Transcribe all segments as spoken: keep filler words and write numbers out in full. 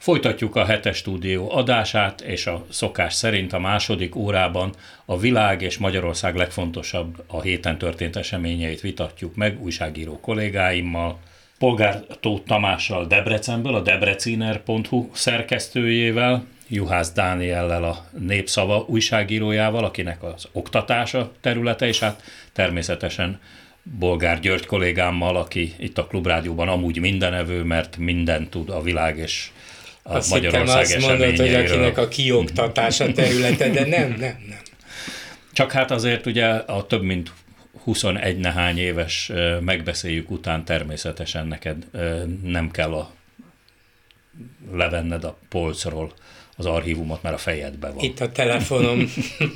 Folytatjuk a hetes stúdió adását, és a szokás szerint a második órában a világ és Magyarország legfontosabb a héten történt eseményeit vitatjuk meg újságíró kollégáimmal, Polgár Tóth Tamással Debrecenből, a debreciner pont hu szerkesztőjével, Juhász Dániellel, a Népszava újságírójával, akinek az oktatása területe, és hát természetesen Bolgár György kollégámmal, aki itt a Klubrádióban amúgy mindenevő, mert mindent tud a világ és a azt Magyarország azt mondod, hogy akinek a kioktatása területe, de nem, nem, nem. Csak hát azért ugye a több mint huszonegy nehány éves megbeszéljük után természetesen neked nem kell a levenned a polcról az archívumot, mert a fejedben van. Itt a telefonom.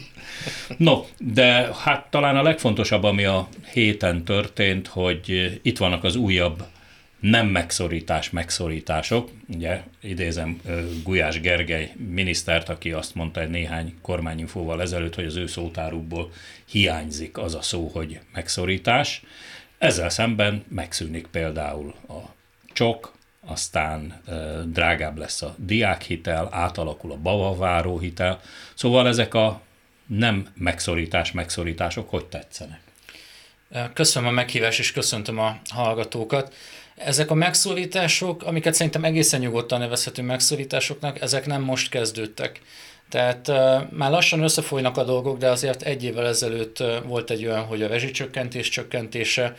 No, de hát talán a legfontosabb, ami a héten történt, hogy itt vannak az újabb nem megszorítás megszorítások. Ugye idézem Gulyás Gergely minisztert, aki azt mondta egy néhány kormányinfóval ezelőtt, hogy az ő szótárukból hiányzik az a szó, hogy megszorítás. Ezzel szemben megszűnik például a csok, aztán e, drágább lesz a diákhitel, átalakul a babaváró hitel. Szóval ezek a nem megszorítás megszorítások hogy tetszenek? Köszönöm a meghívást, és köszöntöm a hallgatókat. Ezek a megszorítások, amiket szerintem egészen nyugodtan nevezhetünk megszorításoknak, ezek nem most kezdődtek. Tehát uh, már lassan összefolynak a dolgok, de azért egy évvel ezelőtt uh, volt egy olyan, hogy a rezsicsökkentés csökkentése,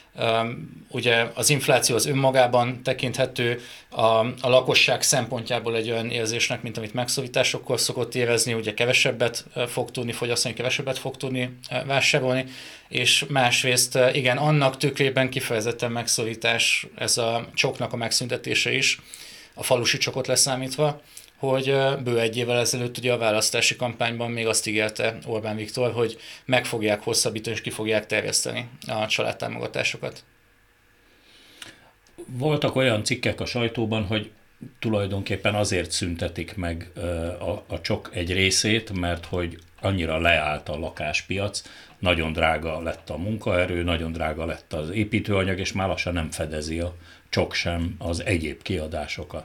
Um, ugye az infláció az önmagában tekinthető a, a lakosság szempontjából egy olyan érzésnek, mint amit megszorításokkor szokott érezni, ugye kevesebbet fog tudni fogyasztani, kevesebbet fog tudni vásárolni, és másrészt igen, annak tükrében kifejezetten megszorítás ez a csoknak a megszüntetése is, a falusi csokot leszámítva, hogy bő egy évvel ezelőtt ugye a választási kampányban még azt ígérte Orbán Viktor, hogy meg fogják hosszabbítani és ki fogják terjeszteni a családtámogatásokat. Voltak olyan cikkek a sajtóban, hogy tulajdonképpen azért szüntetik meg a, a csok egy részét, mert hogy annyira leállt a lakáspiac, nagyon drága lett a munkaerő, nagyon drága lett az építőanyag, és már lassan nem fedezi a csok sem az egyéb kiadásokat.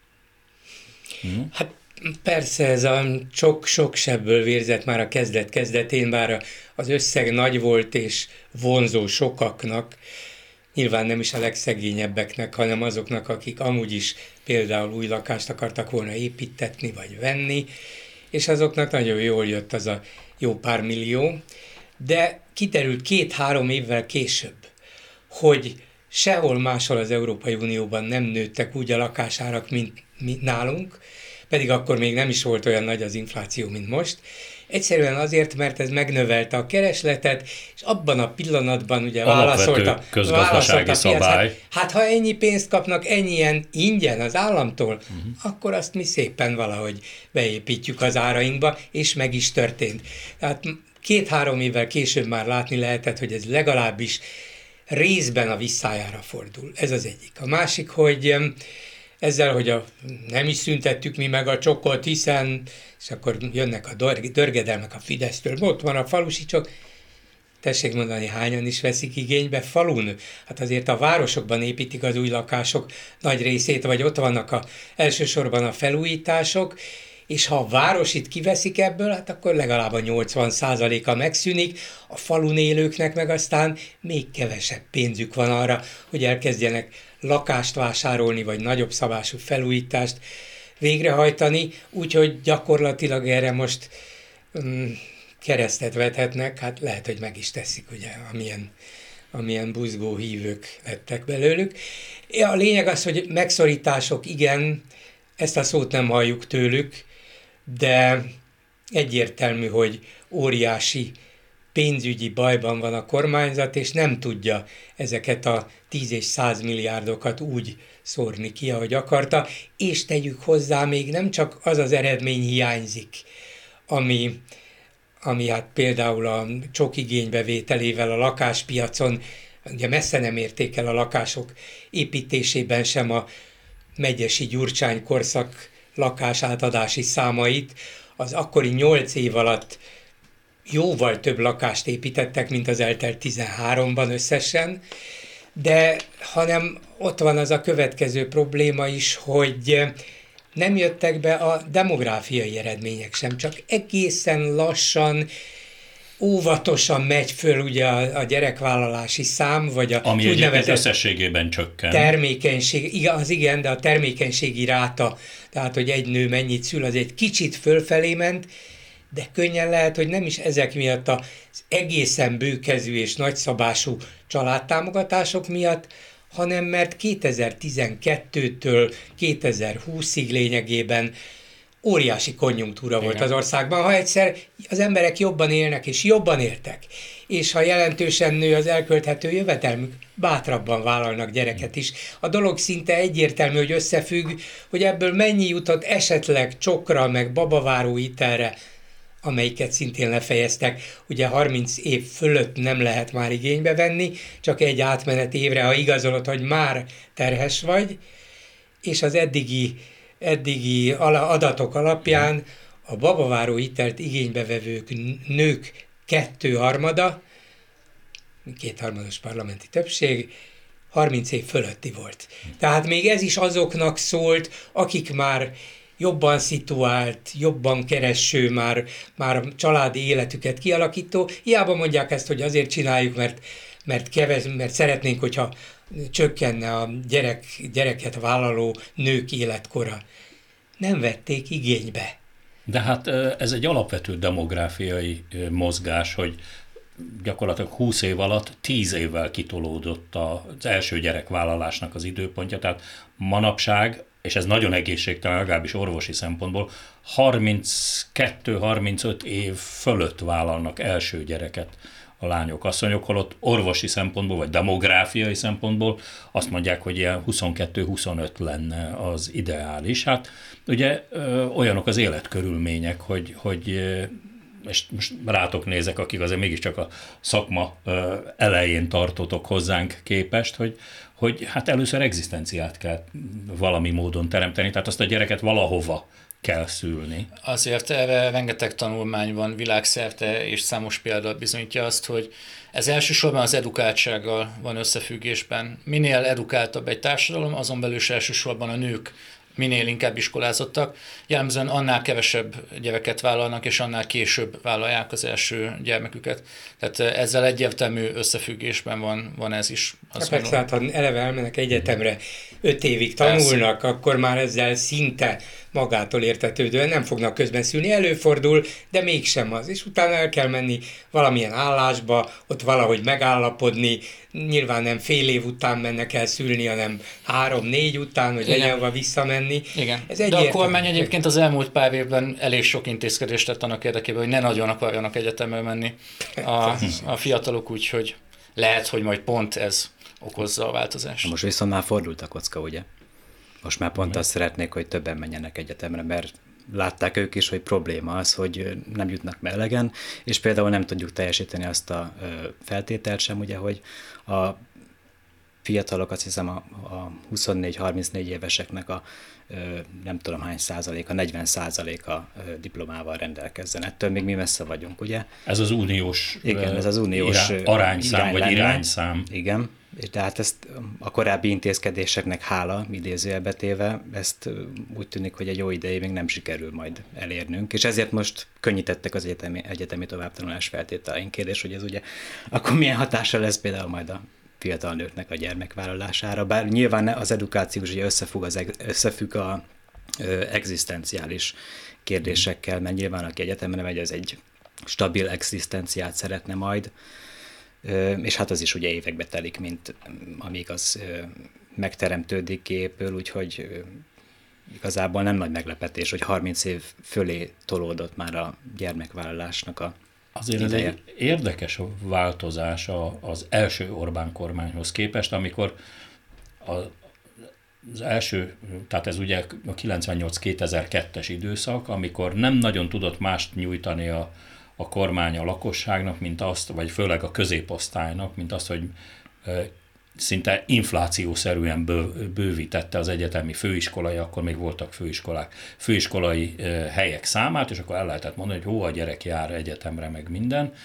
Hát persze ez a sok-sok sebből vérzett már a kezdet-kezdetén, bár az összeg nagy volt és vonzó sokaknak, nyilván nem is a legszegényebbeknek, hanem azoknak, akik amúgy is például új lakást akartak volna építetni vagy venni, és azoknak nagyon jól jött az a jó pár millió, de kiderült két-három évvel később, hogy sehol máshol az Európai Unióban nem nőttek úgy a lakásárak, mint, mint nálunk, pedig akkor még nem is volt olyan nagy az infláció, mint most. Egyszerűen azért, mert ez megnövelte a keresletet, és abban a pillanatban ugye válaszolta, válaszolta a piac, hát ha ennyi pénzt kapnak ennyien ingyen az államtól, uh-huh. akkor azt mi szépen valahogy beépítjük az árainkba, és meg is történt. Tehát két-három évvel később már látni lehetett, hogy ez legalábbis részben a visszájára fordul. Ez az egyik. A másik, hogy ezzel, hogy a, nem is szüntettük mi meg a csokot, hiszen, és akkor jönnek a dörgedelmek a Fidesztől, ott van a falusi csok, tessék mondani, hányan is veszik igénybe falun? Hát azért a városokban építik az új lakások nagy részét, vagy ott vannak a, elsősorban a felújítások, és ha a városit kiveszik ebből, hát akkor legalább a nyolcvan százaléka megszűnik, a falun élőknek meg aztán még kevesebb pénzük van arra, hogy elkezdjenek lakást vásárolni, vagy nagyobb szabású felújítást végrehajtani, úgyhogy gyakorlatilag erre most um, keresztet vethetnek, hát lehet, hogy meg is teszik, ugye, amilyen, amilyen buzgó hívők lettek belőlük. A lényeg az, hogy megszorítások, igen, ezt a szót nem halljuk tőlük, de egyértelmű, hogy óriási pénzügyi bajban van a kormányzat, és nem tudja ezeket a tíz és száz milliárdokat úgy szórni ki, ahogy akarta, és tegyük hozzá, még nem csak az az eredmény hiányzik, ami, ami hát például a csok igénybevételével a lakáspiacon, ugye messze nem érték el a lakások építésében sem a Megyesi Gyurcsány korszak lakásátadási számait, az akkori nyolc év alatt jóval több lakást építettek, mint az eltelt tizenháromban összesen, de hanem ott van az a következő probléma is, hogy nem jöttek be a demográfiai eredmények sem, csak egészen lassan, óvatosan megy föl ugye a, a gyerekvállalási szám, vagy a ami egyébként összességében csökken. Termékenység, igen, az igen, de a termékenységi ráta, tehát hogy egy nő mennyit szül, az egy kicsit fölfelé ment, de könnyen lehet, hogy nem is ezek miatt az egészen bőkezű és nagyszabású családtámogatások miatt, hanem mert kétezer-tizenkettőtől kétezer-húszig lényegében óriási konjunktúra volt az országban, ha egyszer az emberek jobban élnek és jobban éltek, és ha jelentősen nő az elkölthető jövedelmük, bátrabban vállalnak gyereket is. A dolog szinte egyértelmű, hogy összefügg, hogy ebből mennyi jutott esetleg csokra, meg babaváró hitelre, amelyiket szintén lefejeztek. Ugye harminc év fölött nem lehet már igénybe venni, csak egy átmeneti évre, ha igazolod, hogy már terhes vagy, és az eddigi eddigi adatok alapján a babaváró hitelt igénybe vevők nők kettőharmada, kétharmados parlamenti többség, harminc év fölötti volt. Tehát még ez is azoknak szólt, akik már jobban szituált, jobban kereső, már, már családi életüket kialakító. Hiába mondják ezt, hogy azért csináljuk, mert, mert, keves, mert szeretnénk, hogyha csökkenne a gyerek, gyereket vállaló nők életkora. Nem vették igénybe. De hát ez egy alapvető demográfiai mozgás, hogy gyakorlatilag húsz év alatt tíz évvel kitolódott az első gyerekvállalásnak az időpontja, tehát manapság, és ez nagyon egészségtelen, legalábbis orvosi szempontból, harminckettő-harmincöt év fölött vállalnak első gyereket a lányok, asszonyok, holott orvosi szempontból, vagy demográfiai szempontból azt mondják, hogy ilyen huszonkettő-huszonöt lenne az ideális. Hát ugye ö, olyanok az életkörülmények, hogy, hogy és most rátok nézek, akik azért mégiscsak a szakma ö, elején tartotok hozzánk képest, hogy, hogy hát először egzisztenciát kell valami módon teremteni, tehát azt a gyereket valahova kell szülni. Azért erre rengeteg tanulmány van világszerte, és számos példa bizonyítja azt, hogy ez elsősorban az edukáltsággal van összefüggésben. Minél edukáltabb egy társadalom, azon belül is elsősorban a nők minél inkább iskolázottak, jellemzően annál kevesebb gyereket vállalnak, és annál később vállalják az első gyermeküket. Tehát ezzel egyértelmű összefüggésben van, van ez is. Hát persze, hát, ha eleve elmennek egyetemre, öt évig tanulnak, persze, akkor már ezzel szinte magától értetődően nem fognak közben szülni. Előfordul, de mégsem az. És utána el kell menni valamilyen állásba, ott valahogy megállapodni, nyilván nem fél év után mennek el szülni, hanem három-négy után, hogy legyen visszamenni. Igen. Ez de a kormány egyébként az elmúlt pár évben elég sok intézkedést tett annak érdekében, hogy ne nagyon akarjanak egyetemre menni a, a fiatalok, úgyhogy lehet, hogy majd pont ez okozza a változást. Most viszont már fordult a kocka, ugye? Most már pont azt szeretnék, hogy többen menjenek egyetemre, mert látták ők is, hogy probléma az, hogy nem jutnak be elegen, és például nem tudjuk teljesíteni azt a feltételt sem, ugye, hogy a fiatalok, azt hiszem a, a huszonnégy-harmincnégy éveseknek a nem tudom hány százaléka, negyven százaléka diplomával rendelkezzen. Ettől még mi messze vagyunk, ugye? Ez az uniós, igen, ez az uniós irány, arányszám, irány vagy lenne. irányszám. Igen, és de hát ezt a korábbi intézkedéseknek hála, idézőjelbe téve, ezt úgy tűnik, hogy egy jó ideig még nem sikerül majd elérnünk, és ezért most könnyítettek az egyetemi, egyetemi továbbtanulás feltételein. Kérdés, hogy ez ugye akkor milyen hatása lesz például majd a fiatal nőknek a gyermekvállalására, bár nyilván az edukáció is ugye összefügg, az, összefügg a ö, egzisztenciális kérdésekkel, mert nyilván aki egyetemre megy, ez egy stabil egzisztenciát szeretne majd, ö, és hát az is ugye évekbe telik, mint amíg az ö, megteremtődik, képül, úgyhogy ö, igazából nem nagy meglepetés, hogy harminc év fölé tolódott már a gyermekvállalásnak a Azért ez egy érdekes változás az első Orbán kormányhoz képest, amikor az első, tehát ez ugye a kilencvennyolc kétezer-kettes időszak, amikor nem nagyon tudott mást nyújtani a, a kormány a lakosságnak, mint azt, vagy főleg a középosztálynak, mint azt, hogy szinte inflációszerűen bő, bővítette az egyetemi főiskolai, akkor még voltak főiskolák, főiskolai helyek számát, és akkor el lehetett mondani, hogy hó, a gyerek jár egyetemre, meg minden.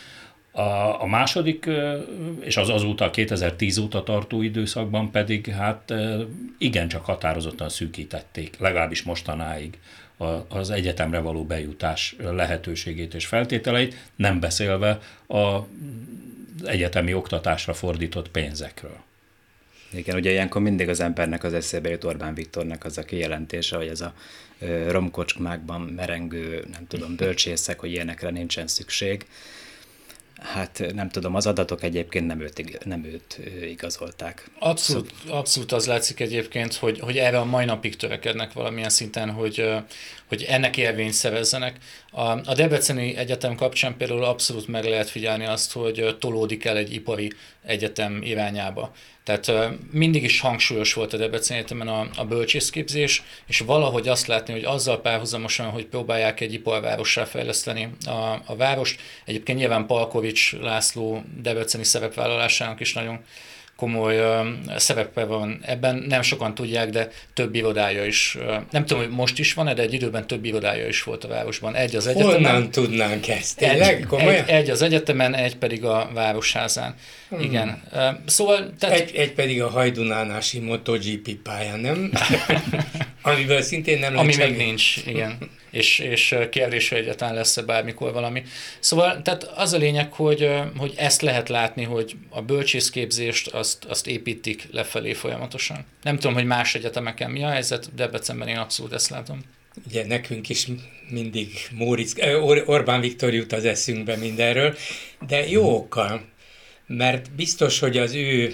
A, a második, és az azóta kétezer-tíz óta tartó időszakban pedig hát igencsak határozottan szűkítették, legalábbis mostanáig az egyetemre való bejutás lehetőségét és feltételeit, nem beszélve az egyetemi oktatásra fordított pénzekről. Igen, ugye ilyenkor mindig az embernek az eszébe jut Orbán Viktornak az a kijelentése, hogy ez a romkocsmákban merengő, nem tudom, bölcsészek, hogy ilyenekre nincsen szükség. Hát nem tudom, az adatok egyébként nem őt, nem őt igazolták. Abszolút, abszolút az látszik egyébként, hogy, hogy erre a mai napig törekednek valamilyen szinten, hogy, hogy ennek érvényt szerezzenek. A, a Debreceni Egyetem kapcsán például abszolút meg lehet figyelni azt, hogy tolódik el egy ipari egyetem irányába. Tehát mindig is hangsúlyos volt a Debreceni Egyetemen a, a bölcsészképzés, és valahogy azt látni, hogy azzal párhuzamosan, hogy próbálják egy iparvárossá fejleszteni a, a várost. Egyébként nyilván Palkovics László debreceni szerepvállalásának is nagyon komoly uh, szerepe van ebben. Nem sokan tudják, de több irodája is. Uh, nem tudom, hogy most is van-e, de egy időben több irodája is volt a városban. Egy az egyetemen. Honnan tudnánk ezt? Tényleg? Egy, egy, egy az egyetemen, egy pedig a városházán. Hmm. Igen. Uh, szóval... Tehát... Egy, egy pedig a hajdunánási MotoGP pályán, nem? Amiből szintén nem Ami még nincs, igen. és, és kérdés, hogy egyáltalán lesz-e bármikor valami. Szóval tehát az a lényeg, hogy, hogy ezt lehet látni, hogy a bölcsészképzést azt, azt építik lefelé folyamatosan. Nem tudom, hogy más egyetemeken mi a helyzet, Debrecenben én abszolút ezt látom. Ugye nekünk is mindig Móricz, Or- Orbán Viktor jut az eszünkbe mindenről, de jó okkal, mert biztos, hogy az ő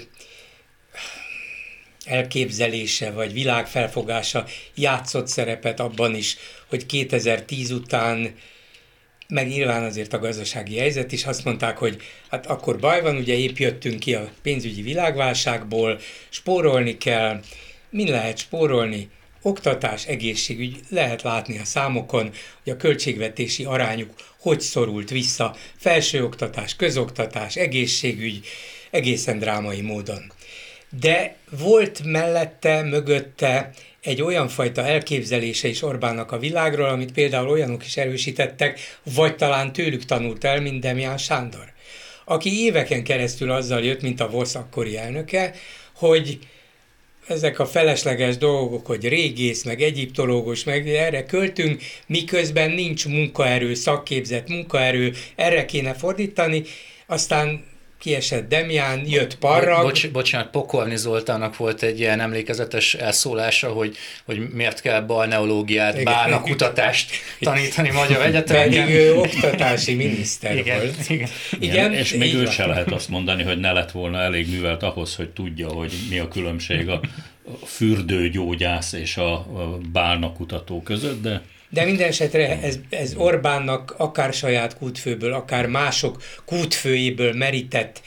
elképzelése vagy világfelfogása játszott szerepet abban is, hogy kétezer-tíz után, meg nyilván azért a gazdasági helyzet is, azt mondták, hogy hát akkor baj van, ugye épp jöttünk ki a pénzügyi világválságból, spórolni kell, min lehet spórolni? Oktatás, egészségügy, lehet látni a számokon, hogy a költségvetési arányuk hogy szorult vissza, felsőoktatás, közoktatás, egészségügy, egészen drámai módon. De volt mellette, mögötte egy olyan fajta elképzelése is Orbánnak a világról, amit például olyanok is erősítettek, vagy talán tőlük tanult el, mint Demján Sándor, aki éveken keresztül azzal jött, mint a VOSZ akkori elnöke, hogy ezek a felesleges dolgok, hogy régész, meg egyiptológus, meg erre költünk, miközben nincs munkaerő, szakképzett munkaerő, erre kéne fordítani, aztán kiesett Demján, jött Parrag. Bocs, bocsánat, Pokorni Zoltánnak volt egy ilyen emlékezetes elszólása, hogy, hogy miért kell balneológiát, bálna kutatást tanítani magyar egyetemeken. Pedig ő oktatási miniszter igen, volt. Igen. Igen, és még őt se lehet azt mondani, hogy ne lett volna elég művelt ahhoz, hogy tudja, hogy mi a különbség a fürdőgyógyász és a bálna kutató között, de... De minden esetre ez, ez Orbánnak akár saját kútfőből, akár mások kútfőjéből merített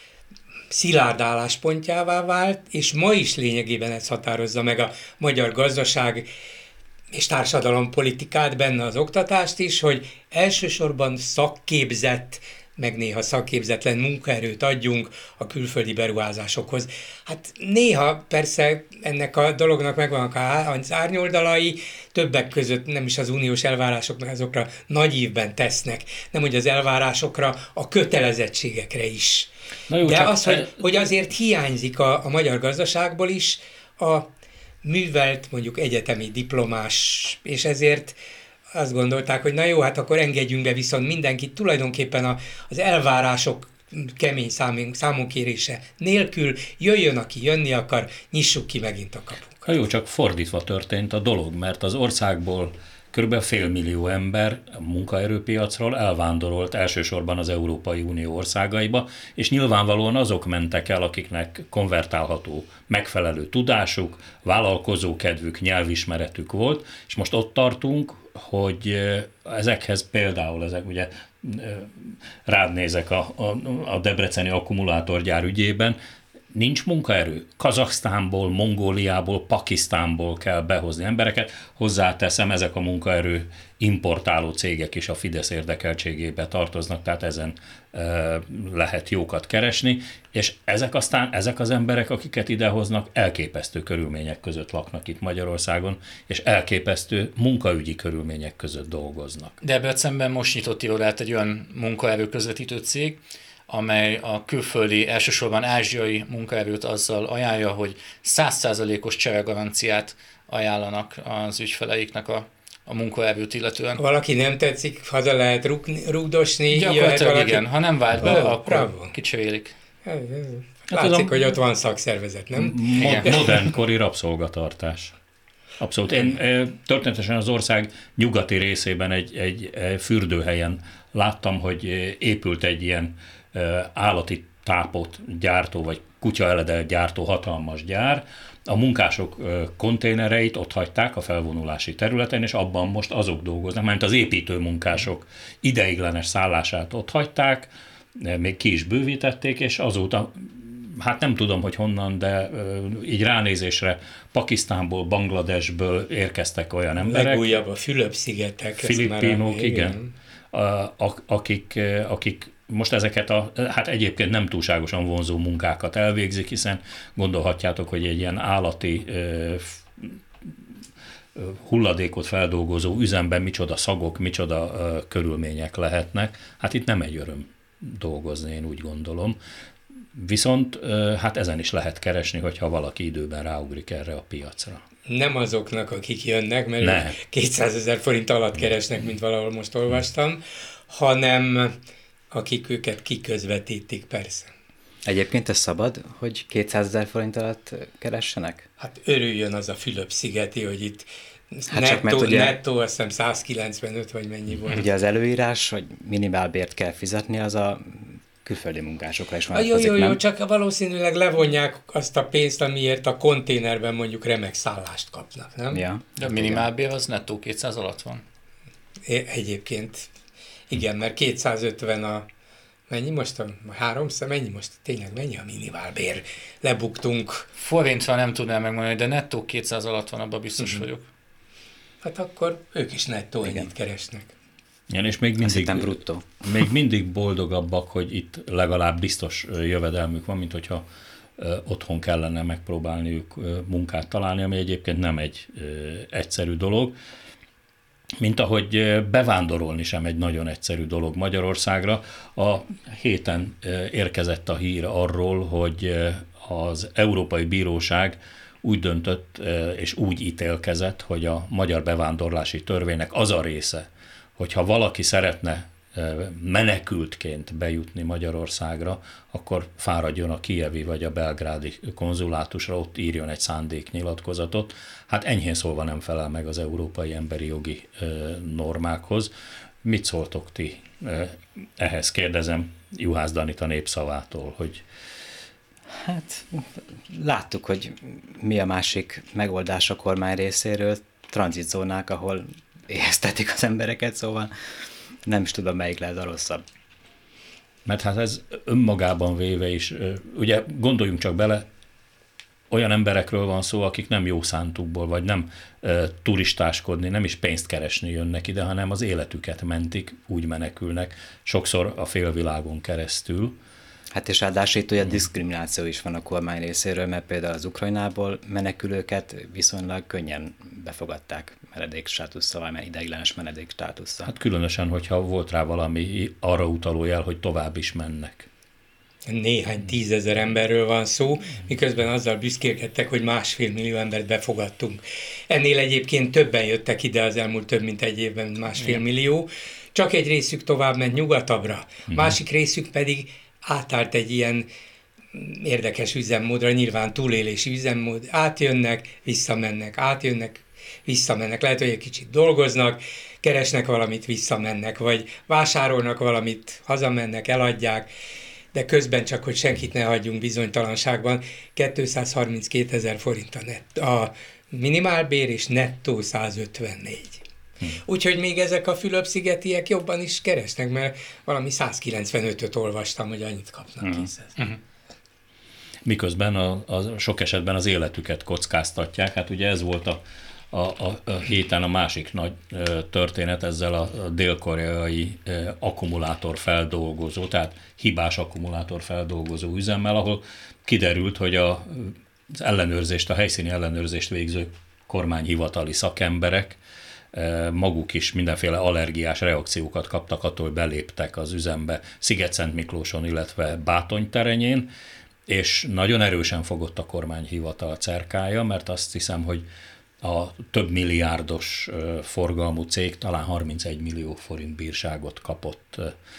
szilárd álláspontjává vált, és ma is lényegében ez határozza meg a magyar gazdaság és társadalompolitikát, benne az oktatást is, hogy elsősorban szakképzett, meg néha szakképzetlen munkaerőt adjunk a külföldi beruházásokhoz. Hát néha persze ennek a dolognak megvannak az árnyoldalai, többek között nem is az uniós elvárások, meg azokra nagy ívben tesznek, nem hogy az elvárásokra, a kötelezettségekre is. Na jó, de az, hogy, hogy azért hiányzik a, a magyar gazdaságból is a művelt, mondjuk egyetemi diplomás, és ezért azt gondolták, hogy na jó, hát akkor engedjünk be viszont mindenkit tulajdonképpen a, az elvárások kemény számon, számonkérése nélkül, jöjjön, aki jönni akar, nyissuk ki megint a kapukat. Na jó, csak fordítva történt a dolog, mert az országból kb. Félmillió ember a munkaerőpiacról elvándorolt elsősorban az Európai Unió országaiba, és nyilvánvalóan azok mentek el, akiknek konvertálható megfelelő tudásuk, vállalkozókedvük, nyelvismeretük volt, és most ott tartunk, hogy ezekhez például, ezek ugye rád nézek a, a, a debreceni akkumulátorgyár ügyében, nincs munkaerő. Kazaksztánból, Mongóliából, Pakisztánból kell behozni embereket. Hozzáteszem, ezek a munkaerő importáló cégek is a Fidesz érdekeltségébe tartoznak, tehát ezen e, lehet jókat keresni, és ezek aztán, ezek az emberek, akiket idehoznak, elképesztő körülmények között laknak itt Magyarországon, és elképesztő munkaügyi körülmények között dolgoznak. De ebből szemben most nyitott irodát egy olyan munkaerő közvetítő cég, amely a külföldi, elsősorban ázsiai munkaerőt azzal ajánlja, hogy száz százalékos cseregaranciát ajánlanak az ügyfeleiknek a, a munkaerőt illetően. Ha valaki nem tetszik, haza lehet rúgni, rúgdosni. Gyakorlatilag valaki... igen, ha nem vált be, oh, akkor bravo. Kicserélik. Látszik, tudom, hogy ott van szakszervezet, nem? Mo- modernkori rabszolgatartás. Abszolút. Én történetesen az ország nyugati részében egy, egy fürdőhelyen láttam, hogy épült egy ilyen állati tápot gyártó, vagy kutyaeledelt gyártó hatalmas gyár. A munkások konténereit ott hagyták a felvonulási területen, és abban most azok dolgoznak, mert az építő munkások ideiglenes szállását ott hagyták, még ki is bővítették, és azóta, hát nem tudom, hogy honnan, de így ránézésre Pakisztánból, Bangladesből érkeztek olyan emberek. Legújabb a Fülöp-szigetek. Filippinok, igen. Akik, akik most ezeket a, hát egyébként nem túlságosan vonzó munkákat elvégzik, hiszen gondolhatjátok, hogy egy ilyen állati hulladékot feldolgozó üzemben micsoda szagok, micsoda körülmények lehetnek. Hát itt nem egy öröm dolgozni, én úgy gondolom. Viszont hát ezen is lehet keresni, hogyha valaki időben ráugrik erre a piacra. Nem azoknak, akik jönnek, mert kétszázezer forint alatt keresnek, mint valahol most olvastam, hanem akik őket kiközvetítik, persze. Egyébként ez szabad, hogy kétszázezer forint alatt keressenek? Hát örüljön az a Fülöp-szigeti, hogy itt hát nettó, mert ugye, nettó, azt hiszem száz kilencvenöt vagy mennyi volt. Ugye az előírás, hogy minimálbért kell fizetni, az a külföldi munkásokra is van. Jó, jó, jó, csak valószínűleg levonják azt a pénzt, amiért a konténerben mondjuk remek szállást kapnak, nem? Ja. De a minimálbér az nettó kétszáz alatt van. É, egyébként igen, mert kétszázötven a mennyi most a háromszáz, mennyi most tényleg mennyi a minimálbér? Lebuktunk. Forintra nem tudnám megmondani, de nettó kétszáz alatt van, abban biztos mm-hmm. vagyok. Hát akkor ők is nettó ennyit keresnek. Igen, és még mindig, még mindig boldogabbak, hogy itt legalább biztos jövedelmük van, mint hogyha otthon kellene megpróbálniuk munkát találni, ami egyébként nem egy egyszerű dolog. Mint ahogy bevándorolni sem egy nagyon egyszerű dolog Magyarországra. A héten érkezett a hír arról, hogy az Európai Bíróság úgy döntött és úgy ítélkezett, hogy a magyar bevándorlási törvénynek az a része, hogyha valaki szeretne menekültként bejutni Magyarországra, akkor fáradjon a kijevi vagy a belgrádi konzulátusra, ott írjon egy szándéknyilatkozatot. Hát enyhén szólva nem felel meg az európai emberi jogi normákhoz. Mit szóltok ti ehhez? Kérdezem Juhász Danit a Népszavától, hogy... Hát láttuk, hogy mi a másik megoldás a kormány részéről, tranzitzónák, ahol éheztetik az embereket, szóval nem is tudom, melyik lehet a rosszabb. Mert hát ez önmagában véve is, ugye gondoljunk csak bele, olyan emberekről van szó, akik nem jó szántukból, vagy nem e, turistáskodni, nem is pénzt keresni jönnek ide, hanem az életüket mentik, úgy menekülnek, sokszor a félvilágon keresztül. Hát és ráadásul itt ugye diszkrimináció is van a kormány részéről, mert például az Ukrajnából menekülőket viszonylag könnyen befogadták menedékstátusszal, vagy ideiglenes menedékstátusszal. Hát különösen, hogyha volt rá valami arra utaló jel, hogy tovább is mennek. Néhány tízezer emberről van szó, miközben azzal büszkélkedtek, hogy másfél millió embert befogadtunk. Ennél egyébként többen jöttek ide az elmúlt több mint egy évben, másfél millió. Csak egy részük tovább ment nyugatabbra, másik részük pedig átállt egy ilyen érdekes üzemmódra, nyilván túlélési üzemmód. Átjönnek, visszamennek, átjönnek, visszamennek. Lehet, hogy egy kicsit dolgoznak, keresnek valamit, visszamennek, vagy vásárolnak valamit, hazamennek, eladják, de közben csak, hogy senkit ne hagyjunk bizonytalanságban, kétszázharminckétezer forint a, net, a minimálbér, és nettó százötvennégy. Hm. Úgyhogy még ezek a Fülöp-szigetiek jobban is keresnek, mert valami százkilencvenötöt olvastam, hogy annyit kapnak. Hm. Hm. miközben a, a sok esetben az életüket kockáztatják. Hát ugye ez volt a, a, a, a héten a másik nagy történet ezzel a, a dél-koreai akkumulátorfeldolgozó, tehát hibás akkumulátorfeldolgozó üzemmel, ahol kiderült, hogy a, az ellenőrzést, a helyszíni ellenőrzést végző kormányhivatali szakemberek maguk is mindenféle allergiás reakciókat kaptak attól, hogy beléptek az üzembe Sziget-Szent Miklóson, illetve Bátony terenyén, és nagyon erősen fogott a kormányhivatal cerkája, mert azt hiszem, hogy a több milliárdos forgalmú cég talán harmincegy millió forint bírságot kapott.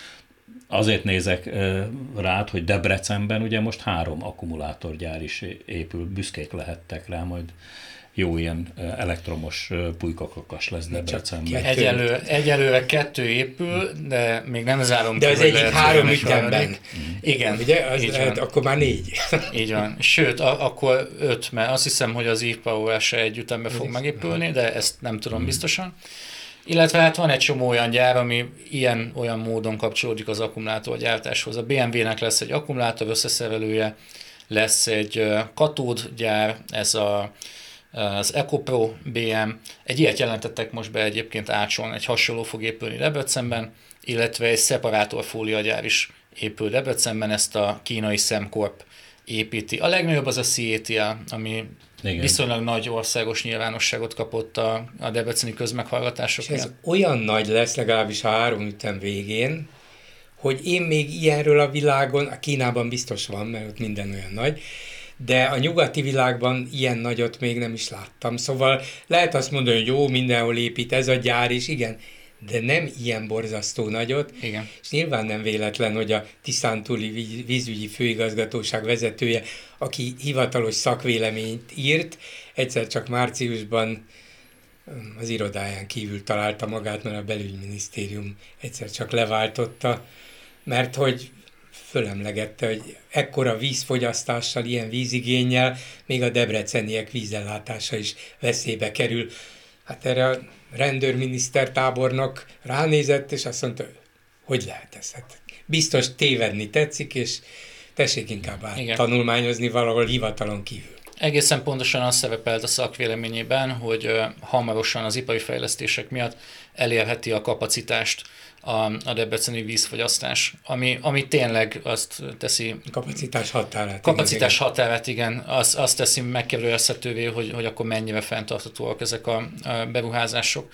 Azért nézek rád, hogy Debrecenben ugye most három akkumulátorgyár is épül, büszkék lehettek rá, majd jó ilyen elektromos pulykakas lesz Debrecenben. Egyelő, egyelőre kettő épül, de még nem zárom de ki, az egyik három ütemben. Mm. Igen. Ugye? Az lehet, akkor már négy. Így van. Sőt, a, akkor öt, mert azt hiszem, hogy az e-Power se egy ütemben fog megépülni, de ezt nem tudom mm. biztosan. Illetve hát van egy csomó olyan gyár, ami ilyen-olyan módon kapcsolódik az akkumulátorgyártáshoz. A bé em vé-nek lesz egy akkumulátor összeszerelője, lesz egy katódgyár, ez a az EcoPro bé em, egy ilyet jelentettek most be egyébként Ácson, egy hasonló fog épülni Debrecenben, illetve egy szeparátorfóliagyár is épül Debrecenben, ezt a kínai Semcorp építi. A legnagyobb az a cé á té el, ami igen, viszonylag nagy országos nyilvánosságot kapott a, a debreceni közmeghallgatások miatt. Ez olyan nagy lesz, legalábbis a három ütem végén, hogy én még ilyenről a világon, a Kínában biztos van, mert ott minden olyan nagy, de a nyugati világban ilyen nagyot még nem is láttam. Szóval lehet azt mondani, hogy jó, mindenhol épít ez a gyár is, igen, de nem ilyen borzasztó nagyot. Igen. És nyilván nem véletlen, hogy a Tiszántúli vízügyi főigazgatóság vezetője, aki hivatalos szakvéleményt írt, egyszer csak márciusban az irodáján kívül találta magát, mert a belügyminisztérium egyszer csak leváltotta, mert hogy fölemlegette, hogy ekkora vízfogyasztással, ilyen vízigénnyel még a debreceniek vízellátása is veszélybe kerül. Hát erre a rendőrminiszter tábornok ránézett, és azt mondta, hogy lehet ez? Hát biztos tévedni tetszik, és tessék inkább át tanulmányozni valahol hivatalon kívül. Egészen pontosan az szerepelt a szakvéleményében, hogy hamarosan az ipari fejlesztések miatt elérheti a kapacitást a, a debreceni vízfogyasztás, ami, ami tényleg azt teszi... Kapacitás határát. Kapacitás igen, határát, igen. Azt, azt teszi megkérdőjelezhetővé, hogy, hogy akkor mennyire fenntarthatóak ezek a, a beruházások.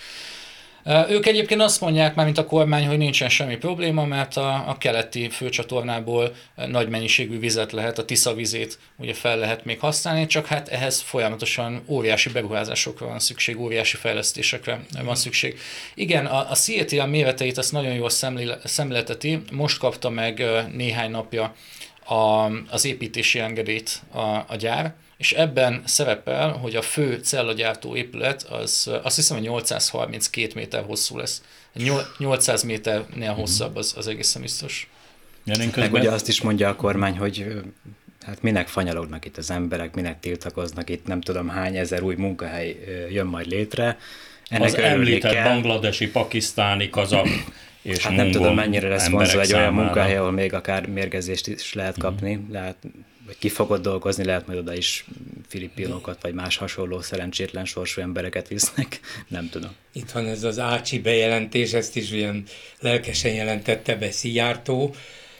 Ők egyébként azt mondják már, mint a kormány, hogy nincsen semmi probléma, mert a, a keleti főcsatornából nagy mennyiségű vizet lehet, a Tisza vizét ugye fel lehet még használni, csak hát ehhez folyamatosan óriási beruházásokra van szükség, óriási fejlesztésekre van szükség. Igen, a, a cé á té el méreteit azt nagyon jól szemlélteti, most kapta meg néhány napja a, az építési engedélyt a, a gyár, és ebben szerepel, hogy a fő cellagyártó épület az azt hiszem, hogy nyolcszázharminckét méter hosszú lesz. nyolcszáz méternél hosszabb, az, az egészen biztos. Meg ugye azt is mondja a kormány, hogy hát minek fanyalognak itt az emberek, minek tiltakoznak itt, nem tudom hány ezer új munkahely jön majd létre. Ennek az említett kell. Bangladesi, pakisztáni, kazak és hát nem tudom, mennyire lesz vonzó egy olyan munkahely, ahol még akár mérgezést is lehet kapni, mm. de hát vagy ki fogod dolgozni, lehet majd oda is filipinokat, vagy más hasonló szerencsétlen sorsú embereket visznek, nem tudom. Itt van ez az Ácsi bejelentés, ezt is olyan lelkesen jelentette be Szijjártó,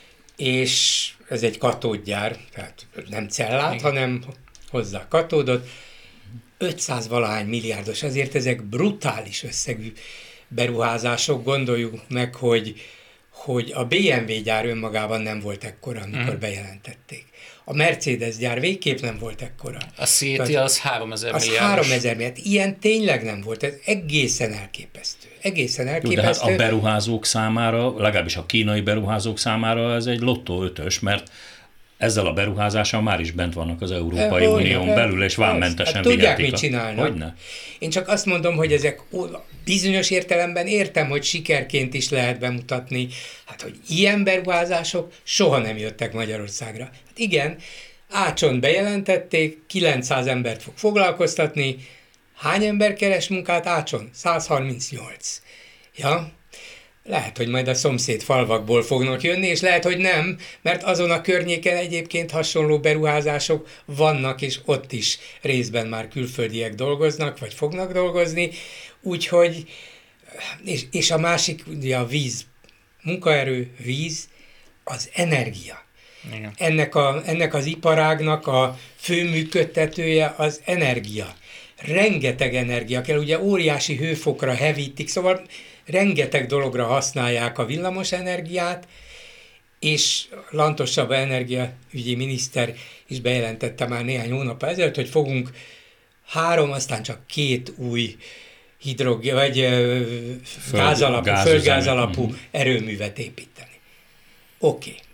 és ez egy katódgyár, tehát nem cellát, igen, hanem hozzá katódot, ötszáz valahány milliárdos, ezért ezek brutális összegű beruházások, gondoljuk meg, hogy, hogy a bé em vé gyár önmagában nem volt ekkora, amikor mm. bejelentették. A Mercedes gyár végképp nem volt ekkora. A cé á té az háromezer milliárdos. Az háromezer milliárd. Ilyen tényleg nem volt. Ez egészen elképesztő. Egészen elképesztő. Jó, de hát a beruházók számára, legalábbis a kínai beruházók számára ez egy lottó ötös, mert ezzel a beruházással már is bent vannak az Európai e, Unión belül, és vámmentesen hát, tudják, mit csinálnak. Hogyne? Én csak azt mondom, hogy ezek bizonyos értelemben értem, hogy sikerként is lehet bemutatni, hát hogy ilyen beruházások soha nem jöttek Magyarországra. Hát igen, Ácson bejelentették, kilencszáz embert fog foglalkoztatni. Hány ember keres munkát Ácson? száz harmincnyolc. Ja? lehet, hogy majd a szomszéd falvakból fognak jönni, és lehet, hogy nem, mert azon a környéken egyébként hasonló beruházások vannak, és ott is részben már külföldiek dolgoznak, vagy fognak dolgozni, úgyhogy, és, és a másik, ugye a víz, munkaerő, víz, az energia. Igen. Ennek, a, ennek az iparágnak a fő működtetője az energia. Rengeteg energia kell, ugye óriási hőfokra hevítik, szóval rengeteg dologra használják a villamos energiát, és Lantos Csaba energiaügyi miniszter is bejelentette már néhány hónap ezelőtt, hogy fogunk három, aztán csak két új hidrogén, vagy Föld, gázalapú, földgázalapú uh-huh. erőművet építeni. Oké. Okay.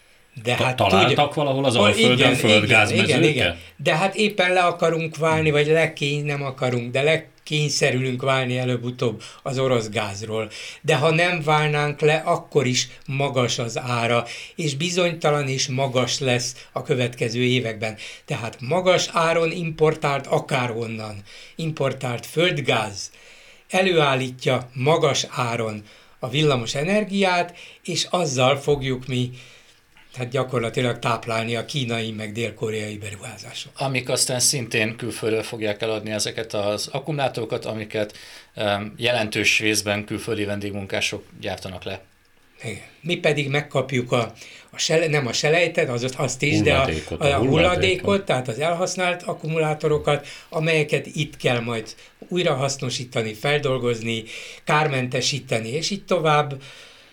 De hát találtak tudja, valahol az Alföldön földgázmezőket? Igen, igen. De hát éppen le akarunk válni, vagy lekény, nem akarunk, de lekényszerülünk válni előbb-utóbb az orosz gázról. De ha nem válnánk le, akkor is magas az ára, és bizonytalan és magas lesz a következő években. Tehát magas áron importált akárhonnan, importált földgáz előállítja magas áron a villamos energiát, és azzal fogjuk mi tehát gyakorlatilag táplálni a kínai meg dél-koreai beruházások. Amik aztán szintén külföldről fogják eladni ezeket az akkumulátorokat, amiket um, jelentős részben külföldi vendégmunkások gyártanak le. Igen. Mi pedig megkapjuk a, a sele, nem a selejtet, az, azt is, hulladékot, de a, a, a hulladékot, tehát az elhasznált akkumulátorokat, amelyeket itt kell majd újrahasznosítani, feldolgozni, kármentesíteni, és így tovább.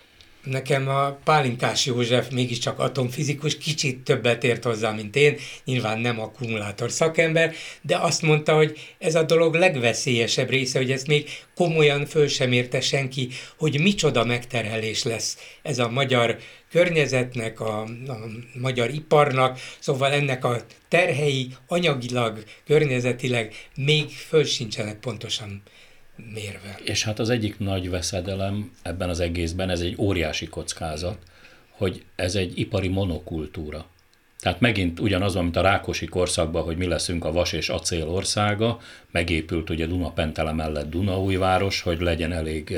Nekem a Pálinkás József mégiscsak atomfizikus, kicsit többet ért hozzá, mint én, nyilván nem akkumulátor szakember, de azt mondta, hogy ez a dolog legveszélyesebb része, hogy ezt még komolyan föl sem érte senki, hogy micsoda megterhelés lesz ez a magyar környezetnek, a, a magyar iparnak, szóval ennek a terhei anyagilag, környezetileg még föl sincsenek pontosan mérve. És hát az egyik nagy veszedelem ebben az egészben, ez egy óriási kockázat, hogy ez egy ipari monokultúra. Tehát megint ugyanaz van, mint a Rákosi korszakban, hogy mi leszünk a vas és acél országa, megépült ugye Dunapentele mellett Dunaújváros, hogy legyen elég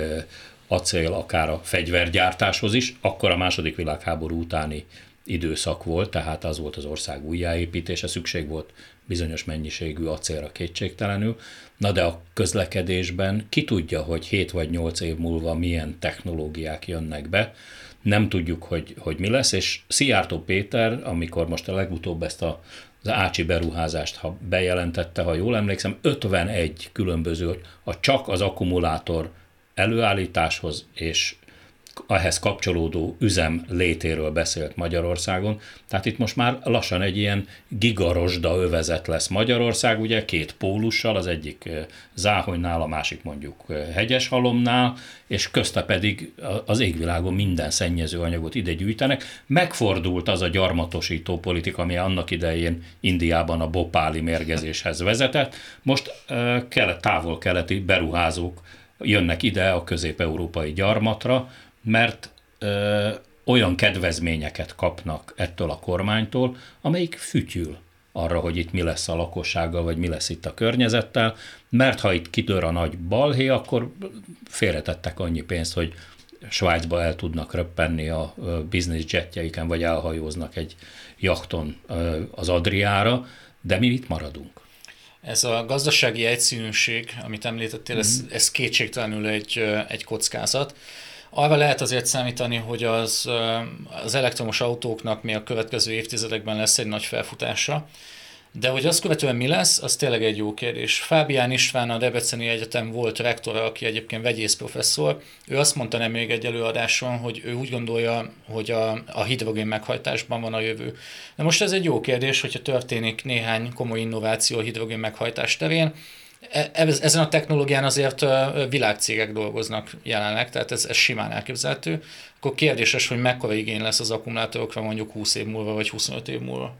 acél akár a fegyvergyártáshoz is, akkor a második világháború utáni időszak volt, tehát az volt az ország újjáépítése, szükség volt bizonyos mennyiségű acélra kétségtelenül. Na de a közlekedésben ki tudja, hogy hét vagy nyolc év múlva milyen technológiák jönnek be, nem tudjuk, hogy, hogy mi lesz, és Szijjártó Péter, amikor most a legutóbb ezt a, az ácsi beruházást ha bejelentette, ha jól emlékszem, ötvenegy különböző, a csak az akkumulátor előállításhoz és ehhez kapcsolódó üzem létéről beszélt Magyarországon. Tehát itt most már lassan egy ilyen gigarosda övezet lesz Magyarország, ugye két pólussal, az egyik Záhonynál, a másik mondjuk Hegyeshalomnál, és közte pedig az égvilágon minden szennyező anyagot ide gyűjtenek. Megfordult az a gyarmatosító politika, ami annak idején Indiában a bopáli mérgezéshez vezetett. Most távol-keleti beruházók jönnek ide a közép-európai gyarmatra, mert ö, olyan kedvezményeket kapnak ettől a kormánytól, amelyik fütyül arra, hogy itt mi lesz a lakossággal, vagy mi lesz itt a környezettel, mert ha itt kitör a nagy balhé, akkor félretettek annyi pénzt, hogy Svájcba el tudnak röppenni a business jetjeiken, vagy elhajóznak egy jachton az Adriára, de mi itt maradunk. Ez a gazdasági egyszínűség, amit említettél, mm. ez, ez kétségtelenül egy, egy kockázat. Arra lehet azért számítani, hogy az, az elektromos autóknak még a következő évtizedekben lesz egy nagy felfutása, de hogy azt követően mi lesz, az tényleg egy jó kérdés. Fábián István, a Debreceni Egyetem volt rektora, aki egyébként vegyész professzor, ő azt mondta nem még egy előadáson, hogy ő úgy gondolja, hogy a, a hidrogén meghajtásban van a jövő. De most ez egy jó kérdés, hogyha történik néhány komoly innováció a hidrogén meghajtás terén. Ezen a technológián azért világcégek dolgoznak jelenleg, tehát ez, ez simán elképzelhető. Akkor kérdéses, hogy mekkora igény lesz az akkumulátorokra mondjuk húsz év múlva, vagy huszonöt év múlva.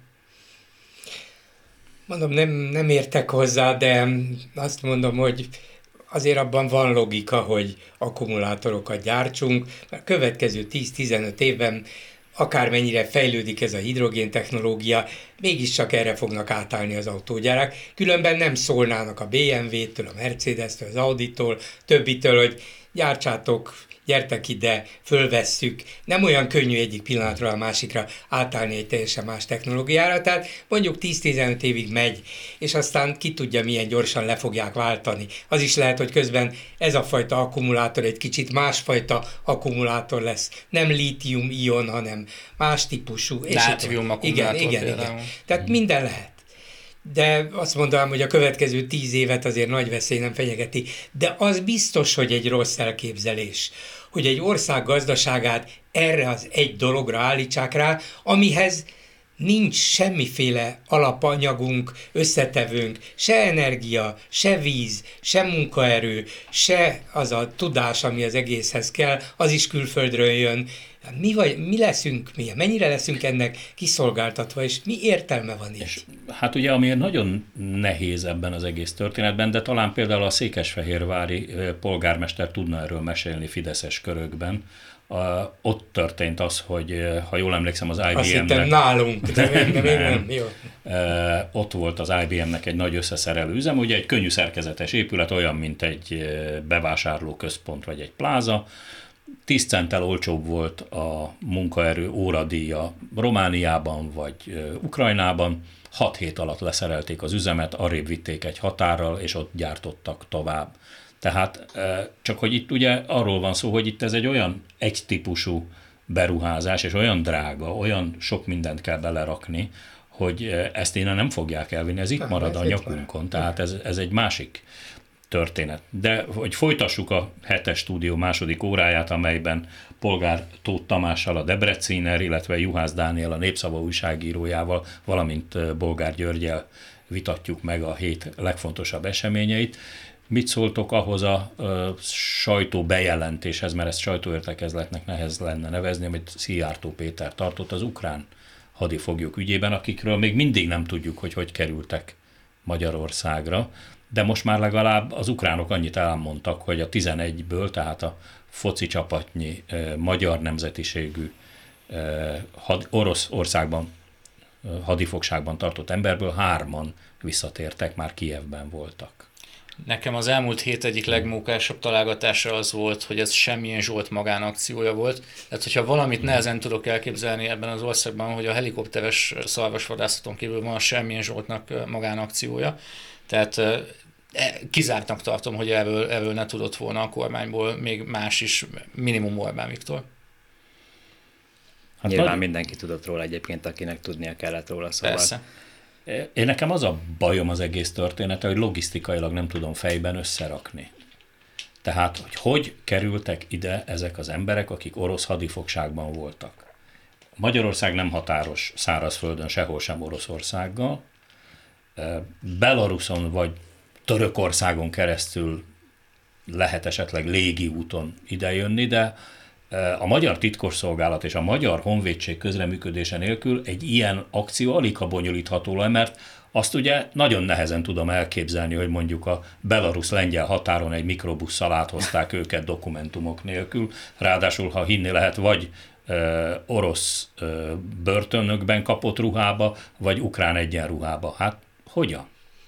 Mondom, nem, nem értek hozzá, de azt mondom, hogy azért abban van logika, hogy akkumulátorokat gyártsunk. A következő tíz-tizenöt évben akármennyire fejlődik ez a hidrogén technológia, mégiscsak erre fognak átállni az autógyárak. Különben nem szólnának a bé em vé-től, a Mercedes-től, az Audi-tól, többitől, hogy gyártsátok, gyertek ide, fölvesszük. Nem olyan könnyű egyik pillanatról a másikra átállni egy teljesen más technológiára, tehát mondjuk tíz-tizenöt évig megy, és aztán ki tudja, milyen gyorsan le fogják váltani. Az is lehet, hogy közben ez a fajta akkumulátor egy kicsit másfajta akkumulátor lesz. Nem lítium-ion, hanem más típusú. Nátrium akkumulátor. Igen, igen, igen. Tehát minden lehet. De azt mondanám, hogy a következő tíz évet azért nagy veszély nem fenyegeti. De az biztos, hogy egy rossz elképzelés, hogy egy ország gazdaságát erre az egy dologra állítsák rá, amihez nincs semmiféle alapanyagunk, összetevőnk, se energia, se víz, se munkaerő, se az a tudás, ami az egészhez kell, az is külföldről jön. Mi, vagy, mi leszünk, mi, mennyire leszünk ennek kiszolgáltatva, és mi értelme van itt? És hát ugye, ami nagyon nehéz ebben az egész történetben, de talán például a székesfehérvári polgármester tudna erről mesélni fideszes körökben. A, ott történt az, hogy ha jól emlékszem, az I B M-nek... Azt hittem nálunk, de még nem, nem. Jó. Ott volt az I B M-nek egy nagy összeszerelő üzem, ugye egy könnyű szerkezetes épület, olyan, mint egy bevásárlóközpont vagy egy pláza. tíz centtel olcsóbb volt a munkaerő óradíja Romániában vagy Ukrajnában, hat hét alatt leszerelték az üzemet, arrébb vitték egy határral, és ott gyártottak tovább. Tehát csak hogy itt ugye arról van szó, hogy itt ez egy olyan egytípusú beruházás, és olyan drága, olyan sok mindent kell belerakni, hogy ezt innen nem fogják elvinni, ez itt marad a nyakunkon, tehát ez, ez egy másik történet. De hogy folytassuk a hetes stúdió második óráját, amelyben Polgár Tóth Tamással, a Debreciner, illetve Juhász Dániel, a Népszava újságírójával, valamint Bolgár Györggyel vitatjuk meg a hét legfontosabb eseményeit. Mit szóltok ahhoz a ö, sajtó bejelentéshez, mert ezt sajtóértekezletnek nehez lenne nevezni, amit Szijjártó Péter tartott az ukrán hadifoglyok ügyében, akikről még mindig nem tudjuk, hogy hogy kerültek Magyarországra, de most már legalább az ukránok annyit elmondtak, hogy a tizenegyből, tehát a foci csapatnyi ö, magyar nemzetiségű ö, had, orosz országban, ö, hadifogságban tartott emberből hárman visszatértek, már Kijevben voltak. Nekem az elmúlt hét egyik legmókásabb találgatása az volt, hogy ez Semmilyen Zsolt magánakciója volt. Tehát, hogyha valamit nehezen tudok elképzelni ebben az országban, hogy a helikopteres szarvasvadászaton kívül van a Semmilyen Zsoltnak magánakciója. Tehát kizártnak tartom, hogy erről, erről ne tudott volna a kormányból még más is, minimum Orbán Viktor. Hát nyilván mindenki tudott róla egyébként, akinek tudnia kellett róla, szóval. Persze. Én nekem az a bajom az egész története, hogy logisztikailag nem tudom fejben összerakni. Tehát, hogy hogy kerültek ide ezek az emberek, akik orosz hadifogságban voltak. Magyarország nem határos szárazföldön sehol sem Oroszországgal. Belaruson vagy Törökországon keresztül lehet esetleg légi úton idejönni, de a magyar titkosszolgálat és a magyar honvédség közreműködése nélkül egy ilyen akció aligha bonyolítható le, mert azt ugye nagyon nehezen tudom elképzelni, hogy mondjuk a belarusz-lengyel határon egy mikrobusszal áthozták őket dokumentumok nélkül, ráadásul, ha hinni lehet, vagy ö, orosz ö, börtönökben kapott ruhába, vagy ukrán egyenruhába. Hát hogyan?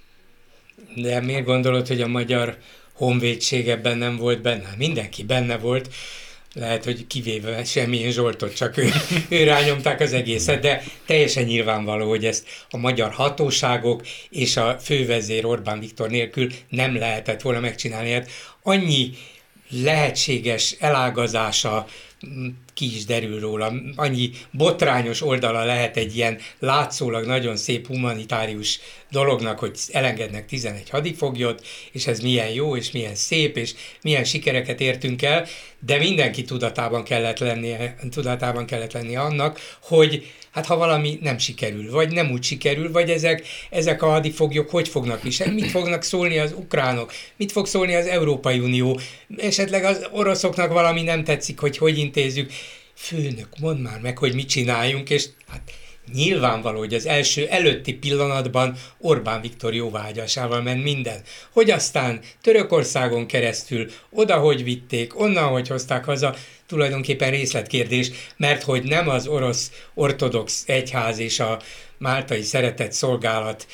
De miért gondolod, hogy a magyar honvédség ebben nem volt benne? Mindenki benne volt. Lehet, hogy kivéve Semmilyen Zsoltot, csak ő, ő rányomták az egészet, de teljesen nyilvánvaló, hogy ezt a magyar hatóságok és a fővezér Orbán Viktor nélkül nem lehetett volna megcsinálni. Hát annyi lehetséges elágazása ki is derül róla, annyi botrányos oldala lehet egy ilyen látszólag nagyon szép humanitárius dolognak, hogy elengednek tizenegy hadifoglyot, és ez milyen jó, és milyen szép, és milyen sikereket értünk el, de mindenki tudatában kellett lennie, tudatában kellett lennie annak, hogy hát ha valami nem sikerül, vagy nem úgy sikerül, vagy ezek, ezek a hadifoglyok hogy fognak viselni, mit fognak szólni az ukránok, mit fog szólni az Európai Unió, esetleg az oroszoknak valami nem tetszik, hogy hogy intézzük. Főnök, mondd már meg, hogy mit csináljunk, és hát nyilvánvaló, hogy az első előtti pillanatban Orbán Viktor jóváhagyásával ment minden. Hogy aztán Törökországon keresztül, oda hogy vitték, onnan hogy hozták haza, tulajdonképpen részletkérdés, mert hogy nem az orosz ortodox egyház és a máltai szeretett szolgálat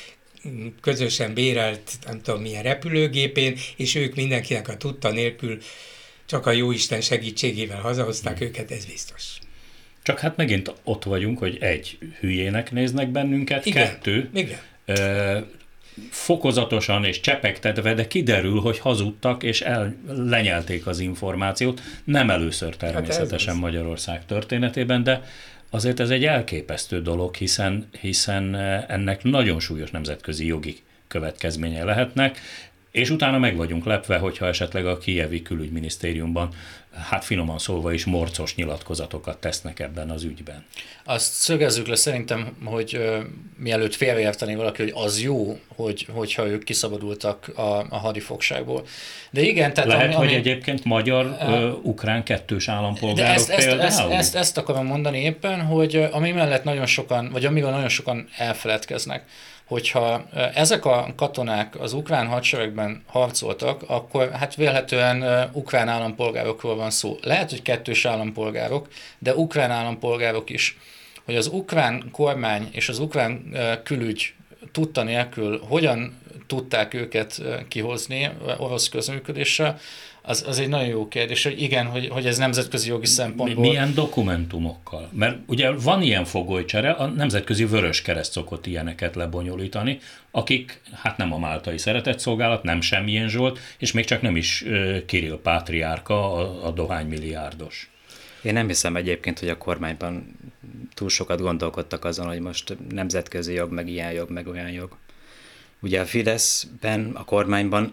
közösen bérelt, nem tudom milyen repülőgépén, és ők mindenkinek a tudta nélkül csak a jóisten segítségével hazahozták hmm. őket, ez biztos. Csak hát megint ott vagyunk, hogy egy, hülyének néznek bennünket, igen, kettő, igen. Ö, fokozatosan és csepegtetve, de kiderül, hogy hazudtak és el, lenyelték az információt. Nem először természetesen hát Magyarország történetében, de azért ez egy elképesztő dolog, hiszen, hiszen ennek nagyon súlyos nemzetközi jogi következményei lehetnek, és utána meg vagyunk lepve, hogyha esetleg a kijevi külügyminisztériumban, hát finoman szólva is morcos nyilatkozatokat tesznek ebben az ügyben. Azt szögezzük le szerintem, hogy uh, mielőtt félreérteni valaki, hogy az jó, hogy, hogyha ők kiszabadultak a, a hadifogságból. De igen, tehát... Lehet, ami, hogy ami, egyébként magyar-ukrán uh, kettős állampolgárok ezt, ezt, például? Ezt, ezt, ezt akarom mondani éppen, hogy ami mellett nagyon sokan, vagy amivel nagyon sokan elfeledkeznek, hogyha ezek a katonák az ukrán hadseregben harcoltak, akkor hát vélhetően ukrán állampolgárokról van szó. Lehet, hogy kettős állampolgárok, de ukrán állampolgárok is. Hogy az ukrán kormány és az ukrán külügy tudta nélkül hogyan tudták őket kihozni orosz közműködéssel, Az, az egy nagyon jó kérdés, hogy igen, hogy, hogy ez nemzetközi jogi szempontból... Milyen dokumentumokkal? Mert ugye van ilyen fogolycsere, a Nemzetközi Vöröskereszt szokott ilyeneket lebonyolítani, akik, hát nem a máltai szeretetszolgálat, nem Semmilyen Zsolt, és még csak nem is uh, Kirill pátriárka, a, a dohánymilliárdos. Én nem hiszem egyébként, hogy a kormányban túl sokat gondolkodtak azon, hogy most nemzetközi jog, meg ilyen jog, meg olyan jog. Ugye a Fideszben, a kormányban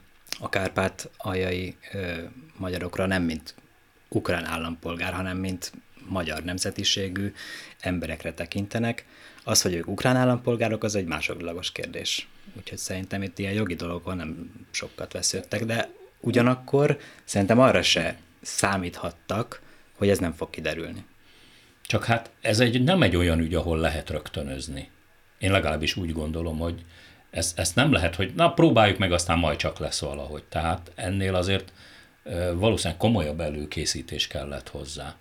a kárpát-aljai ö, magyarokra nem mint ukrán állampolgár, hanem mint magyar nemzetiségű emberekre tekintenek. Az, hogy ők ukrán állampolgárok, az egy másodlagos kérdés. Úgyhogy szerintem itt ilyen jogi dolgokon nem sokat vesződtek, de ugyanakkor szerintem arra se számíthattak, hogy ez nem fog kiderülni. Csak hát ez egy, nem egy olyan ügy, ahol lehet rögtönözni. Én legalábbis úgy gondolom, hogy Ezt, ezt nem lehet, hogy na próbáljuk meg, aztán majd csak lesz valahogy. Tehát ennél azért valószínűleg komolyabb előkészítés kellett hozzá.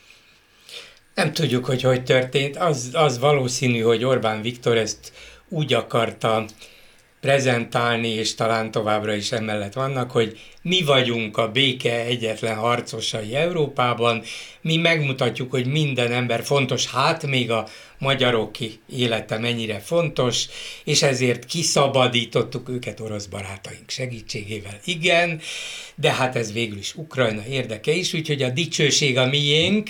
Nem tudjuk, hogy hogy történt. Az, az valószínű, hogy Orbán Viktor ezt úgy akarta prezentálni, és talán továbbra is emellett vannak, hogy mi vagyunk a béke egyetlen harcosai Európában, mi megmutatjuk, hogy minden ember fontos, hát még a magyarok élete mennyire fontos, és ezért kiszabadítottuk őket orosz barátaink segítségével. Igen, de hát ez végül is Ukrajna érdeke is, úgyhogy a dicsőség a miénk,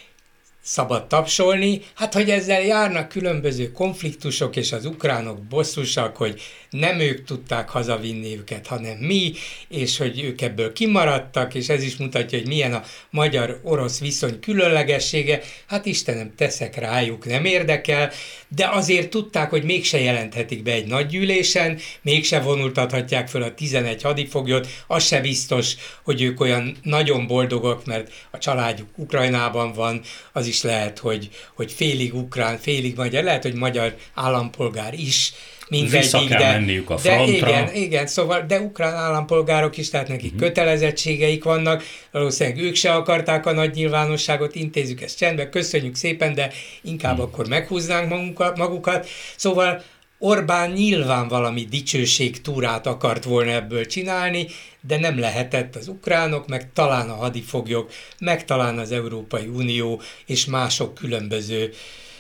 szabad tapsolni, hát hogy ezzel járnak különböző konfliktusok, és az ukránok bosszusak, hogy nem ők tudták hazavinni őket, hanem mi, és hogy ők ebből kimaradtak, és ez is mutatja, hogy milyen a magyar-orosz viszony különlegessége, hát Istenem, teszek rájuk, nem érdekel, de azért tudták, hogy mégse jelenthetik be egy nagygyűlésen, mégse vonultathatják föl a tizenegy hadifoglyot, az se biztos, hogy ők olyan nagyon boldogok, mert a családjuk Ukrajnában van, az is lehet, hogy, hogy félig ukrán, félig magyar, lehet, hogy magyar állampolgár is, mindegyik, Vissza kell de, menniük a de frontra. igen, igen, szóval, de ukrán állampolgárok is, tehát nekik uh-huh. kötelezettségeik vannak, valószínűleg ők se akarták a nagy nyilvánosságot, intézzük ezt csendbe, köszönjük szépen, de inkább uh-huh. akkor meghúznánk magunkat, magukat, szóval Orbán nyilván valami dicsőségtúrát akart volna ebből csinálni, de nem lehetett az ukránok, meg talán a hadifoglyok, meg talán az Európai Unió és mások különböző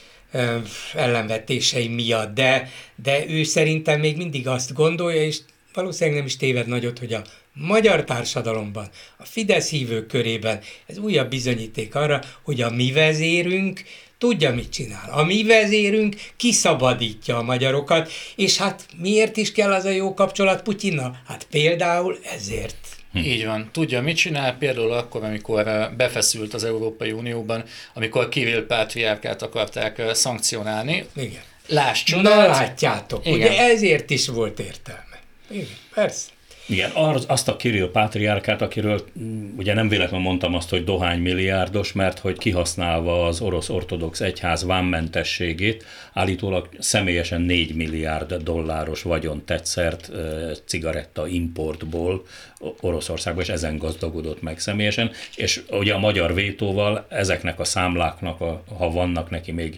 ö, ellenvetései miatt, de, de ő szerintem még mindig azt gondolja, és valószínűleg nem is téved nagyot, hogy a magyar társadalomban, a Fidesz hívők körében ez újabb bizonyíték arra, hogy a mi vezérünk tudja, mit csinál. A mi vezérünk kiszabadítja a magyarokat, és hát miért is kell az a jó kapcsolat Putyinnal? Hát például ezért. Hm. Így van. Tudja, mit csinál? Például akkor, amikor befeszült az Európai Unióban, amikor Kirill pátriárkát akarták szankcionálni. Igen. Láss csodát. Na látjátok, igen. Ugye ezért is volt értelme. Igen, persze. Igen, azt a Kirill pátriárkát, akiről ugye nem véletlenül mondtam azt, hogy dohánymilliárdos, mert hogy kihasználva az orosz ortodox egyház vámmentességét, állítólag személyesen négy milliárd dolláros vagyon tett szert cigaretta importból Oroszországba, és ezen gazdagodott meg személyesen, és ugye a magyar vétóval ezeknek a számláknak, a, ha vannak neki még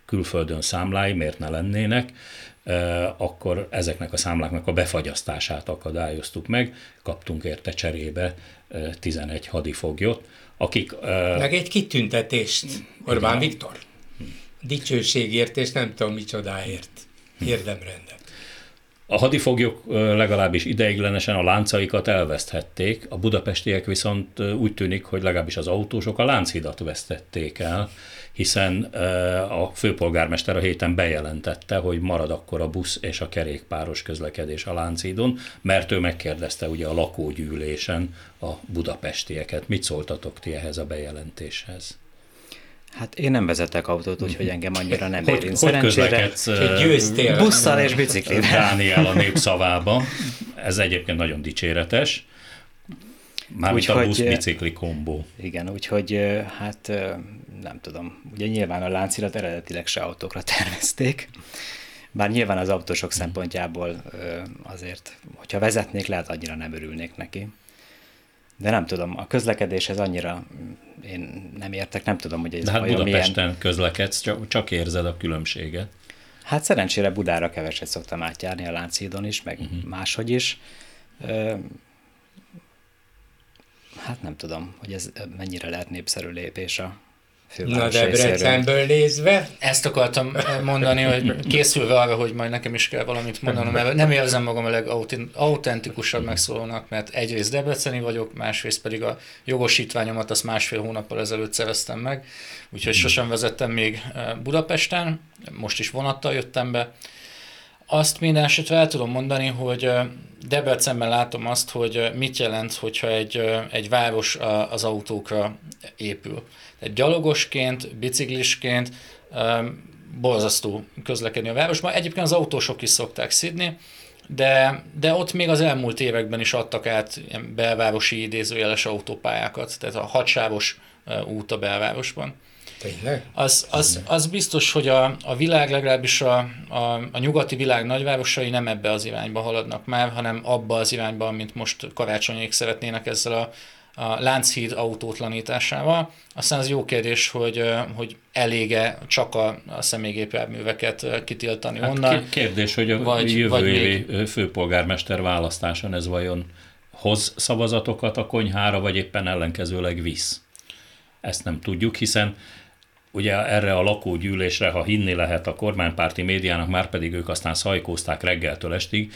külföldön számlái, miért ne lennének, akkor ezeknek a számláknak a befagyasztását akadályoztuk meg, kaptunk érte cserébe tizenegy hadifoglyot, akik... Meg egy kitüntetést, Orbán Viktor. Dicsőségért, és nem tudom micsodáért. Érdemrendet. A hadifoglyok legalábbis ideiglenesen a láncaikat elveszthették, a budapestiek viszont úgy tűnik, hogy legalábbis az autósok a Lánchidat vesztették el, hiszen a főpolgármester a héten bejelentette, hogy marad akkor a busz és a kerékpáros közlekedés a Lánchídon, mert ő megkérdezte ugye a lakógyűlésen a budapestieket. Mit szóltatok ti ehhez a bejelentéshez? Hát én nem vezetek autót, úgyhogy engem annyira nem hogy, érint. Hogy közlekedsz busszal és biciklivel. Dániel a népszavába. Ez egyébként nagyon dicséretes. Mármint a busz-bicikli kombó. Igen, úgyhogy hát nem tudom. Ugye nyilván a Lánchidat eredetileg se autókra tervezték, bár nyilván az autósok szempontjából azért, hogyha vezetnék, lehet annyira nem örülnék neki. De nem tudom, a közlekedéshez annyira én nem értek, nem tudom, hogy ez De hát Budapesten milyen... közlekedsz, csak, csak érzed a különbséget. Hát szerencsére Budára keveset szoktam átjárni, a Lánchídon is, meg uh-huh. máshogy is. Hát nem tudom, hogy ez mennyire lehet népszerű lépés a főváros Na Debrecenből nézve. Ezt akartam mondani, hogy készülve arra, hogy majd nekem is kell valamit mondanom, mert nem érzem magam a legautentikusabb megszólónak, mert egyrészt debreceni vagyok, másrészt pedig a jogosítványomat azt másfél hónappal ezelőtt szereztem meg, úgyhogy sosem vezettem még Budapesten, most is vonattal jöttem be. Azt minden esetre el tudom mondani, hogy Debrecenben látom azt, hogy mit jelent, hogyha egy, egy város az autókra épül. Tehát gyalogosként, biciklisként borzasztó közlekedni a városban. Egyébként az autósok is szokták szidni, de, de ott még az elmúlt években is adtak át ilyen belvárosi idézőjeles autópályákat, tehát a hatsávos út a belvárosban. Tényleg? Az, az, az biztos, hogy a, a világ, legalábbis a, a, a nyugati világ nagyvárosai nem ebbe az irányba haladnak már, hanem abba az irányba, amit most Karácsonyék szeretnének ezzel a, a Lánchíd autótlanításával. Aztán az jó kérdés, hogy, hogy elég-e csak a, a személygépjárműveket kitiltani hát onnan. Kérdés, hogy a vagy, jövő vagy évi még... főpolgármester választáson ez vajon hoz szavazatokat a konyhára, vagy éppen ellenkezőleg visz. Ezt nem tudjuk, hiszen ugye erre a lakógyűlésre, ha hinni lehet a kormánypárti médiának, már pedig ők aztán szajkózták reggeltől estig,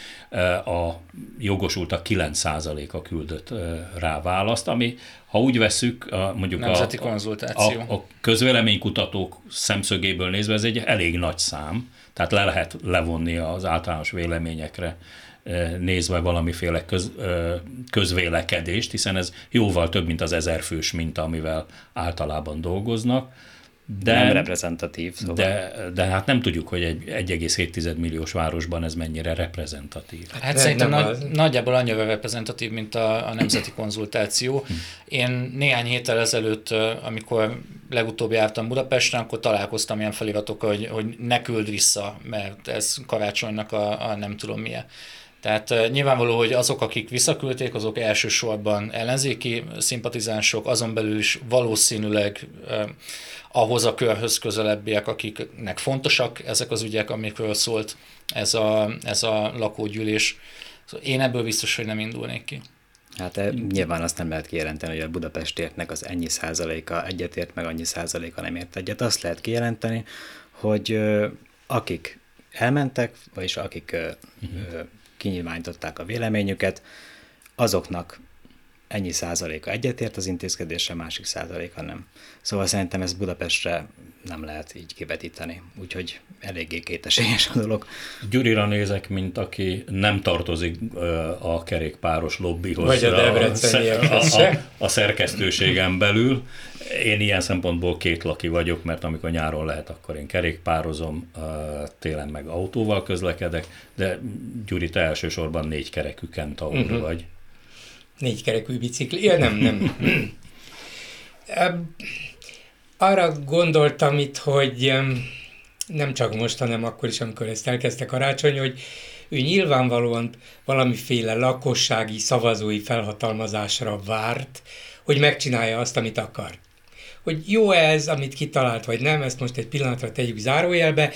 a jogosultak kilenc százaléka küldött rá választ, ami, ha úgy vesszük, mondjuk Nemzeti a, konzultáció. A, a közvéleménykutatók szemszögéből nézve ez egy elég nagy szám, tehát le lehet levonni az általános véleményekre nézve valamiféle köz, közvélekedést, hiszen ez jóval több, mint az ezerfős minta, amivel általában dolgoznak. De, nem reprezentatív. Szóval. De, de hát nem tudjuk, hogy egy egy egész hét milliós városban ez mennyire reprezentatív. Hát nem, szerintem nem nagy, nagyjából annyira reprezentatív, mint a, a nemzeti konzultáció. Én néhány héttel ezelőtt, amikor legutóbb jártam Budapesten, akkor találkoztam ilyen feliratokkal, hogy, hogy ne küld vissza, mert ez Karácsonynak a, a nem tudom milyen. Tehát uh, nyilvánvaló, hogy azok, akik visszaküldték, azok elsősorban ellenzéki szimpatizánsok, azon belül is valószínűleg uh, ahhoz a körhöz közelebbiek, akiknek fontosak ezek az ügyek, amikről szólt ez a, ez a lakógyűlés. Szóval én ebből biztos, hogy nem indulnék ki. Hát nyilván azt nem lehet kijelenteni, hogy a budapestieknek az ennyi százaléka egyetért, meg annyi százaléka nem ért egyet. Azt lehet kijelenteni, hogy uh, akik elmentek, vagyis akik uh, uh-huh. kinyilvánították a véleményüket, azoknak ennyi százaléka egyetért az intézkedésre, másik százaléka nem. Szóval szerintem ezt Budapestre nem lehet így kivetíteni, úgyhogy eléggé kétesélyes a dolog. Gyurira nézek, mint aki nem tartozik a kerékpáros lobbyhoz. Vagy a debreceniekhez a, a, a szerkesztőségen belül. Én ilyen szempontból két laki vagyok, mert amikor nyáron lehet, akkor én kerékpározom, télen meg autóval közlekedek, de Gyuri, te elsősorban négy kerekű kentaur uh-huh. vagy. Négy kerekű bicikli? Ja, nem, nem. Arra gondoltam itt, hogy nem csak most, hanem akkor is, amikor ezt elkezdte Karácsony, hogy ő nyilvánvalóan valamiféle lakossági, szavazói felhatalmazásra várt, hogy megcsinálja azt, amit akar. hogy jó ez, amit kitalált, vagy nem, ezt most egy pillanatra tegyük zárójelbe,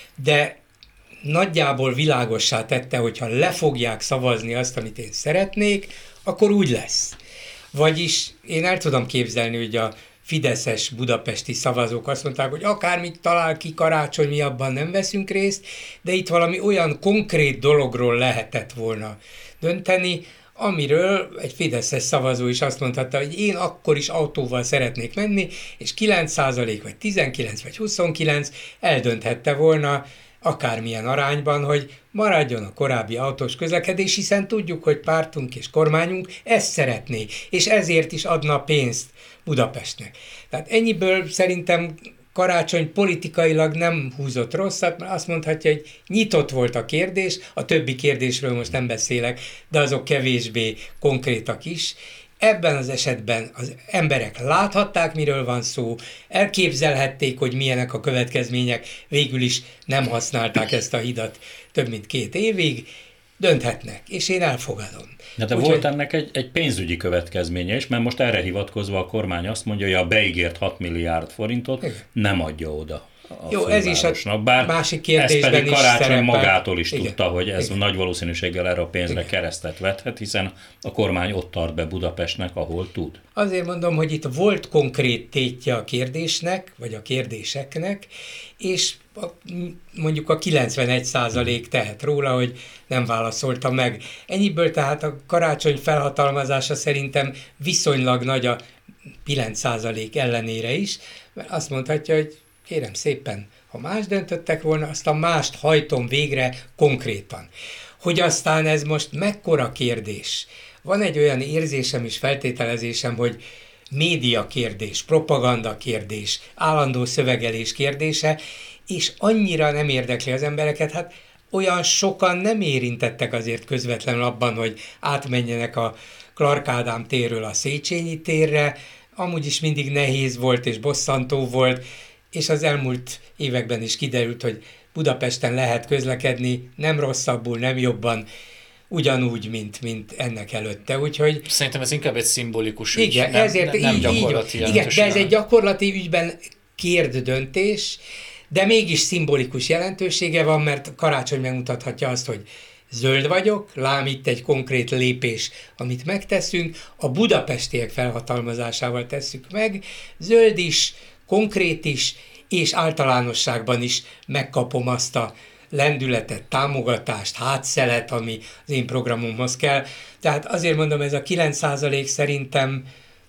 de nagyjából világossá tette, hogyha le fogják szavazni azt, amit én szeretnék, akkor úgy lesz. Vagyis én el tudom képzelni, hogy a fideszes budapesti szavazók azt mondták, hogy akármit talál ki Karácsony, mi abban nem veszünk részt, de itt valami olyan konkrét dologról lehetett volna dönteni, amiről egy fideszes szavazó is azt mondhatta, hogy én akkor is autóval szeretnék menni, és kilenc százalék, vagy tizenkilenc, vagy huszonkilenc eldönthette volna akármilyen arányban, hogy maradjon a korábbi autós közlekedés, hiszen tudjuk, hogy pártunk és kormányunk ezt szeretné, és ezért is adna pénzt Budapestnek. Tehát ennyiből szerintem Karácsony politikailag nem húzott rosszat, mert azt mondhatja, hogy nyitott volt a kérdés, a többi kérdésről most nem beszélek, de azok kevésbé konkrétak is. Ebben az esetben az emberek láthatták, miről van szó, elképzelhették, hogy milyenek a következmények, végül is nem használták ezt a hidat több mint két évig, dönthetnek, és én elfogadom. De, de volt hogy... ennek egy, egy pénzügyi következménye is, mert most erre hivatkozva a kormány azt mondja, hogy a beígért hat milliárd forintot igen. nem adja oda a Jó, ez is a bár másik kérdésben ez pedig Karácsony szerepel. magától is igen. tudta, hogy ez igen. nagy valószínűséggel erre a pénzre igen. keresztet vethet, hiszen a kormány ott tart be Budapestnek, ahol tud. Azért mondom, hogy itt volt konkrét tétje a kérdésnek, vagy a kérdéseknek, és a, mondjuk a kilencvenegy százalék tehet róla, hogy nem válaszolta meg. Ennyiből tehát a Karácsony felhatalmazása szerintem viszonylag nagy a kilenc százalék ellenére is, mert azt mondhatja, hogy kérem szépen, ha más döntöttek volna, azt a mást hajtom végre konkrétan. Hogy aztán ez most mekkora kérdés? Van egy olyan érzésem és feltételezésem, hogy média kérdés, propaganda kérdés, állandó szövegelés kérdése, és annyira nem érdekli az embereket, hát olyan sokan nem érintettek azért közvetlenül abban, hogy átmenjenek a Clark Ádám térről a Széchenyi térre, amúgy is mindig nehéz volt és bosszantó volt, és az elmúlt években is kiderült, hogy Budapesten lehet közlekedni, nem rosszabbul, nem jobban, ugyanúgy, mint, mint ennek előtte. Úgyhogy... Szerintem ez inkább egy szimbolikus ügy, igen, nem, ezért nem így, gyakorlati így, igen, de ez egy gyakorlati ügyben kérd döntés, de mégis szimbolikus jelentősége van, mert Karácsony megmutathatja azt, hogy zöld vagyok, lám itt egy konkrét lépés, amit megteszünk, a budapestiek felhatalmazásával tesszük meg, zöld is, konkrét is, és általánosságban is megkapom azt a lendületet, támogatást, hátszelet, ami az én programomhoz kell. Tehát azért mondom, ez a kilenc százalék szerintem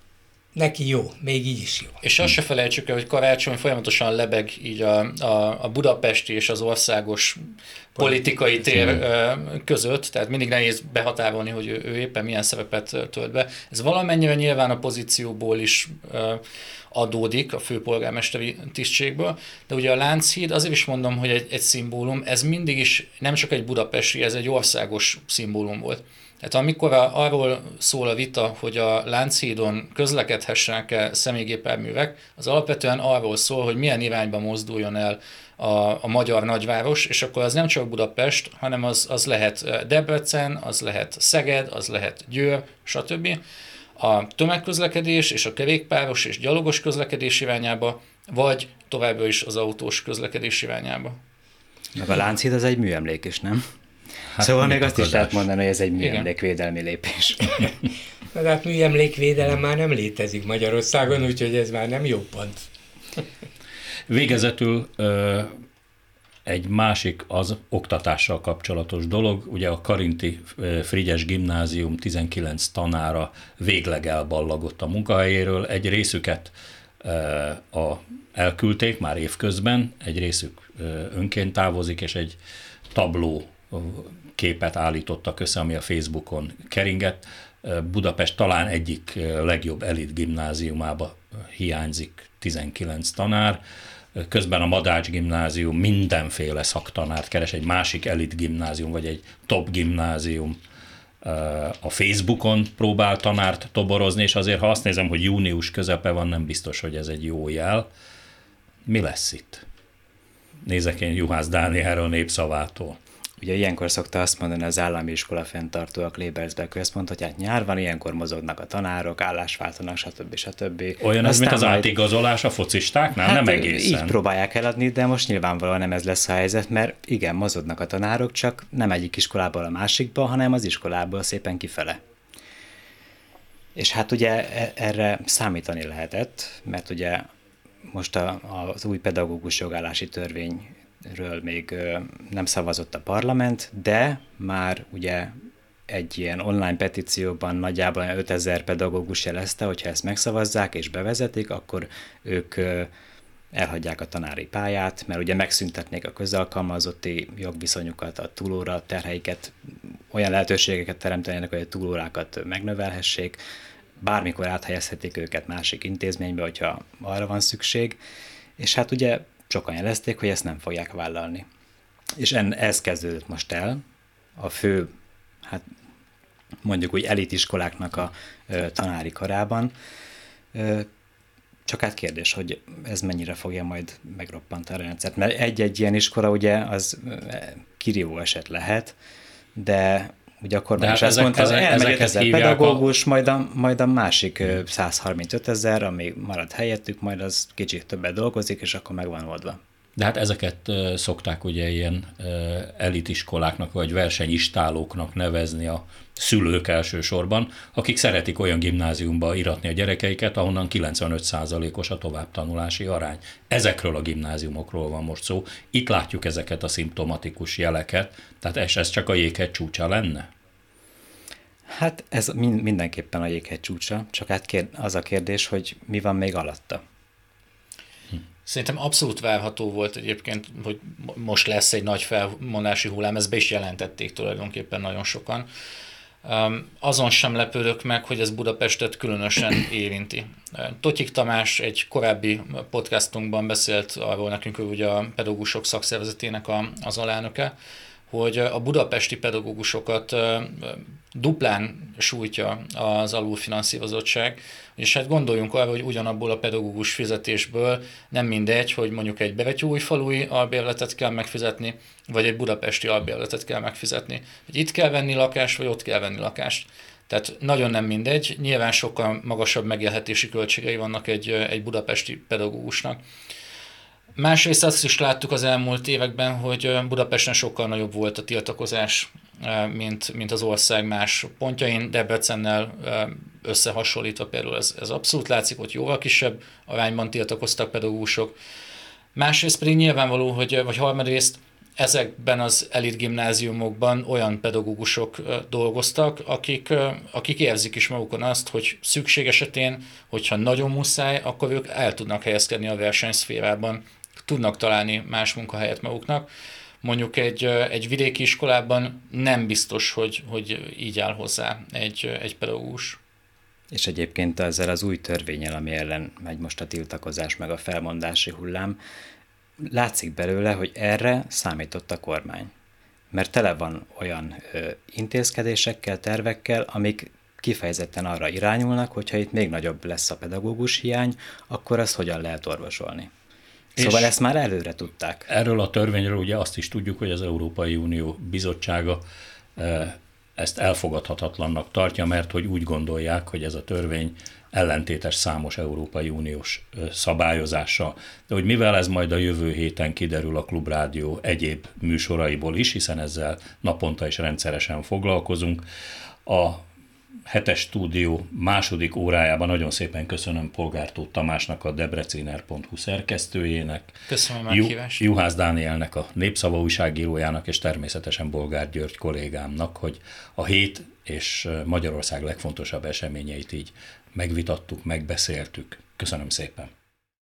neki jó, még így is jó. És azt se felejtsük el, hogy Karácsony folyamatosan lebeg így a, a, a budapesti és az országos politikai tér között, tehát mindig nehéz behatárolni, hogy ő, ő éppen milyen szerepet tölt be. Ez valamennyire nyilván a pozícióból is adódik, a főpolgármesteri tisztségből, de ugye a Lánchíd, azért is mondom, hogy egy, egy szimbólum, ez mindig is nem csak egy budapesti, ez egy országos szimbólum volt. Tehát amikor a, arról szól a vita, hogy a Lánchídon közlekedhessenek-e személygépjárművek, az alapvetően arról szól, hogy milyen irányba mozduljon el a, a magyar nagyváros, és akkor az nem csak Budapest, hanem az, az lehet Debrecen, az lehet Szeged, az lehet Győr, stb. A tömegközlekedés és a kerékpáros és gyalogos közlekedés irányába, vagy továbbra is az autós közlekedés irányába. Meg a Lánchíd az egy műemlék is, nem? Hát szóval még azt is lehet mondani, hogy ez egy műemlékvédelmi lépés. De hát műemlékvédelem már nem létezik Magyarországon, úgyhogy ez már nem jó pont. Végezetül egy másik az oktatással kapcsolatos dolog. Ugye a Karinti Frigyes Gimnázium tizenkilenc tanára végleg elballagott a munkahelyéről. Egy részüket a, elküldték már évközben, egy részük önként távozik, és egy tabló képet állítottak össze, ami a Facebookon keringett. Budapest talán egyik legjobb elit gimnáziumába hiányzik tizenkilenc tanár. Közben a Madács Gimnázium mindenféle szaktanárt keres, egy másik elit gimnázium, vagy egy top gimnázium a Facebookon próbál tanárt toborozni, és azért, ha azt nézem, hogy június közepe van, nem biztos, hogy ez egy jó jel. Mi lesz itt? Nézek én Juhász Dánielről Népszavától. Ugye ilyenkor szokta azt mondani az állami iskola fenntartó a Klebersberg központ, hogy hát nyár van, ilyenkor mozognak a tanárok, állásváltanak, stb. stb. Olyan ez, mint az majd... átigazolás a focistáknál? Hát nem egészen. Így próbálják eladni, de most nyilvánvalóan nem ez lesz a helyzet, mert igen, mozognak a tanárok, csak nem egyik iskolából a másikba, hanem az iskolából szépen kifele. És hát ugye erre számítani lehetett, mert ugye most a, az új pedagógus jogállási törvényről még nem szavazott a parlament, de már ugye egy ilyen online petícióban nagyjából ötezer pedagógus jelezte, hogyha ezt megszavazzák és bevezetik, akkor ők elhagyják a tanári pályát, mert ugye megszüntetnék a közalkalmazotti jogviszonyukat, a túlóra terheiket, olyan lehetőségeket teremtenének, hogy a túlórákat megnövelhessék, bármikor áthelyezhetik őket másik intézménybe, hogyha arra van szükség, és hát ugye sokan jelezték, hogy ezt nem fogják vállalni. És en, ez kezdődött most el, a fő, hát mondjuk úgy elitiskoláknak a ö, tanári karában, ö, csak hát kérdés, hogy ez mennyire fogja majd megroppantani a rendszert, mert egy-egy ilyen iskola ugye az kirívó eset lehet, de ugye a kormány is azt mondta, hogy elmegy ezer pedagógus, a... majd, a, majd a másik száz harmincöt ezer, ami marad helyettük, majd az kicsit többet dolgozik, és akkor meg van oldva. De hát ezeket uh, szokták ugye ilyen uh, elitiskoláknak, vagy versenyistálóknak nevezni a szülők elsősorban, akik szeretik olyan gimnáziumba iratni a gyerekeiket, ahonnan kilencvenöt százalékos a továbbtanulási arány. Ezekről a gimnáziumokról van most szó. Itt látjuk ezeket a szimptomatikus jeleket, tehát ez, ez csak a jéghegy csúcsa lenne? Hát ez mindenképpen a jéghegy csúcsa, csak hát kér, az a kérdés, hogy mi van még alatta. Szerintem abszolút várható volt egyébként, hogy most lesz egy nagy felmondási hullám, ezt be is jelentették tulajdonképpen nagyon sokan. Azon sem lepődök meg, hogy ez Budapestet különösen érinti. Totyik Tamás egy korábbi podcastunkban beszélt arról nekünk, hogy ugye a pedagógusok szakszervezetének a, az alelnöke, hogy a budapesti pedagógusokat duplán sújtja az alulfinanszírozottság, és hát gondoljunk arra, hogy ugyanabból a pedagógus fizetésből nem mindegy, hogy mondjuk egy bevetyújfalui albérletet kell megfizetni, vagy egy budapesti albérletet kell megfizetni. Hogy itt kell venni lakást, vagy ott kell venni lakást. Tehát nagyon nem mindegy, nyilván sokkal magasabb megélhetési költségei vannak egy, egy budapesti pedagógusnak. Másrészt azt is láttuk az elmúlt években, hogy Budapesten sokkal nagyobb volt a tiltakozás, mint, mint az ország más pontjain. Debrecennel összehasonlítva például ez, ez abszolút látszik, hogy jóval kisebb arányban tiltakoztak pedagógusok. Másrészt pedig nyilvánvaló, hogy, vagy harmadrészt ezekben az elit gimnáziumokban olyan pedagógusok dolgoztak, akik, akik érzik is magukon azt, hogy szükség esetén, hogyha nagyon muszáj, akkor ők el tudnak helyezkedni a versenyszférában, tudnak találni más munkahelyet maguknak. Mondjuk egy, egy vidéki iskolában nem biztos, hogy, hogy így áll hozzá egy, egy pedagógus. És egyébként ezzel az új törvénnyel, ami ellen megy most a tiltakozás, meg a felmondási hullám, látszik belőle, hogy erre számított a kormány. Mert tele van olyan ö, intézkedésekkel, tervekkel, amik kifejezetten arra irányulnak, hogyha itt még nagyobb lesz a pedagógus hiány, akkor azt hogyan lehet orvosolni. Szóval ezt már előre tudták. Erről a törvényről ugye azt is tudjuk, hogy az Európai Unió Bizottsága ezt elfogadhatatlannak tartja, mert hogy úgy gondolják, hogy ez a törvény ellentétes számos Európai Uniós szabályozással. De hogy mivel ez majd a jövő héten kiderül a Klubrádió egyéb műsoraiból is, hiszen ezzel naponta is rendszeresen foglalkozunk, a hetes stúdió második órájában nagyon szépen köszönöm Polgártóth Tamásnak, a debreciner pont hu szerkesztőjének, köszönöm a meghívást. Juhász Dánielnek, a Népszava újságírójának, és természetesen Bolgár György kollégámnak, hogy a hét és Magyarország legfontosabb eseményeit így megvitattuk, megbeszéltük. Köszönöm szépen!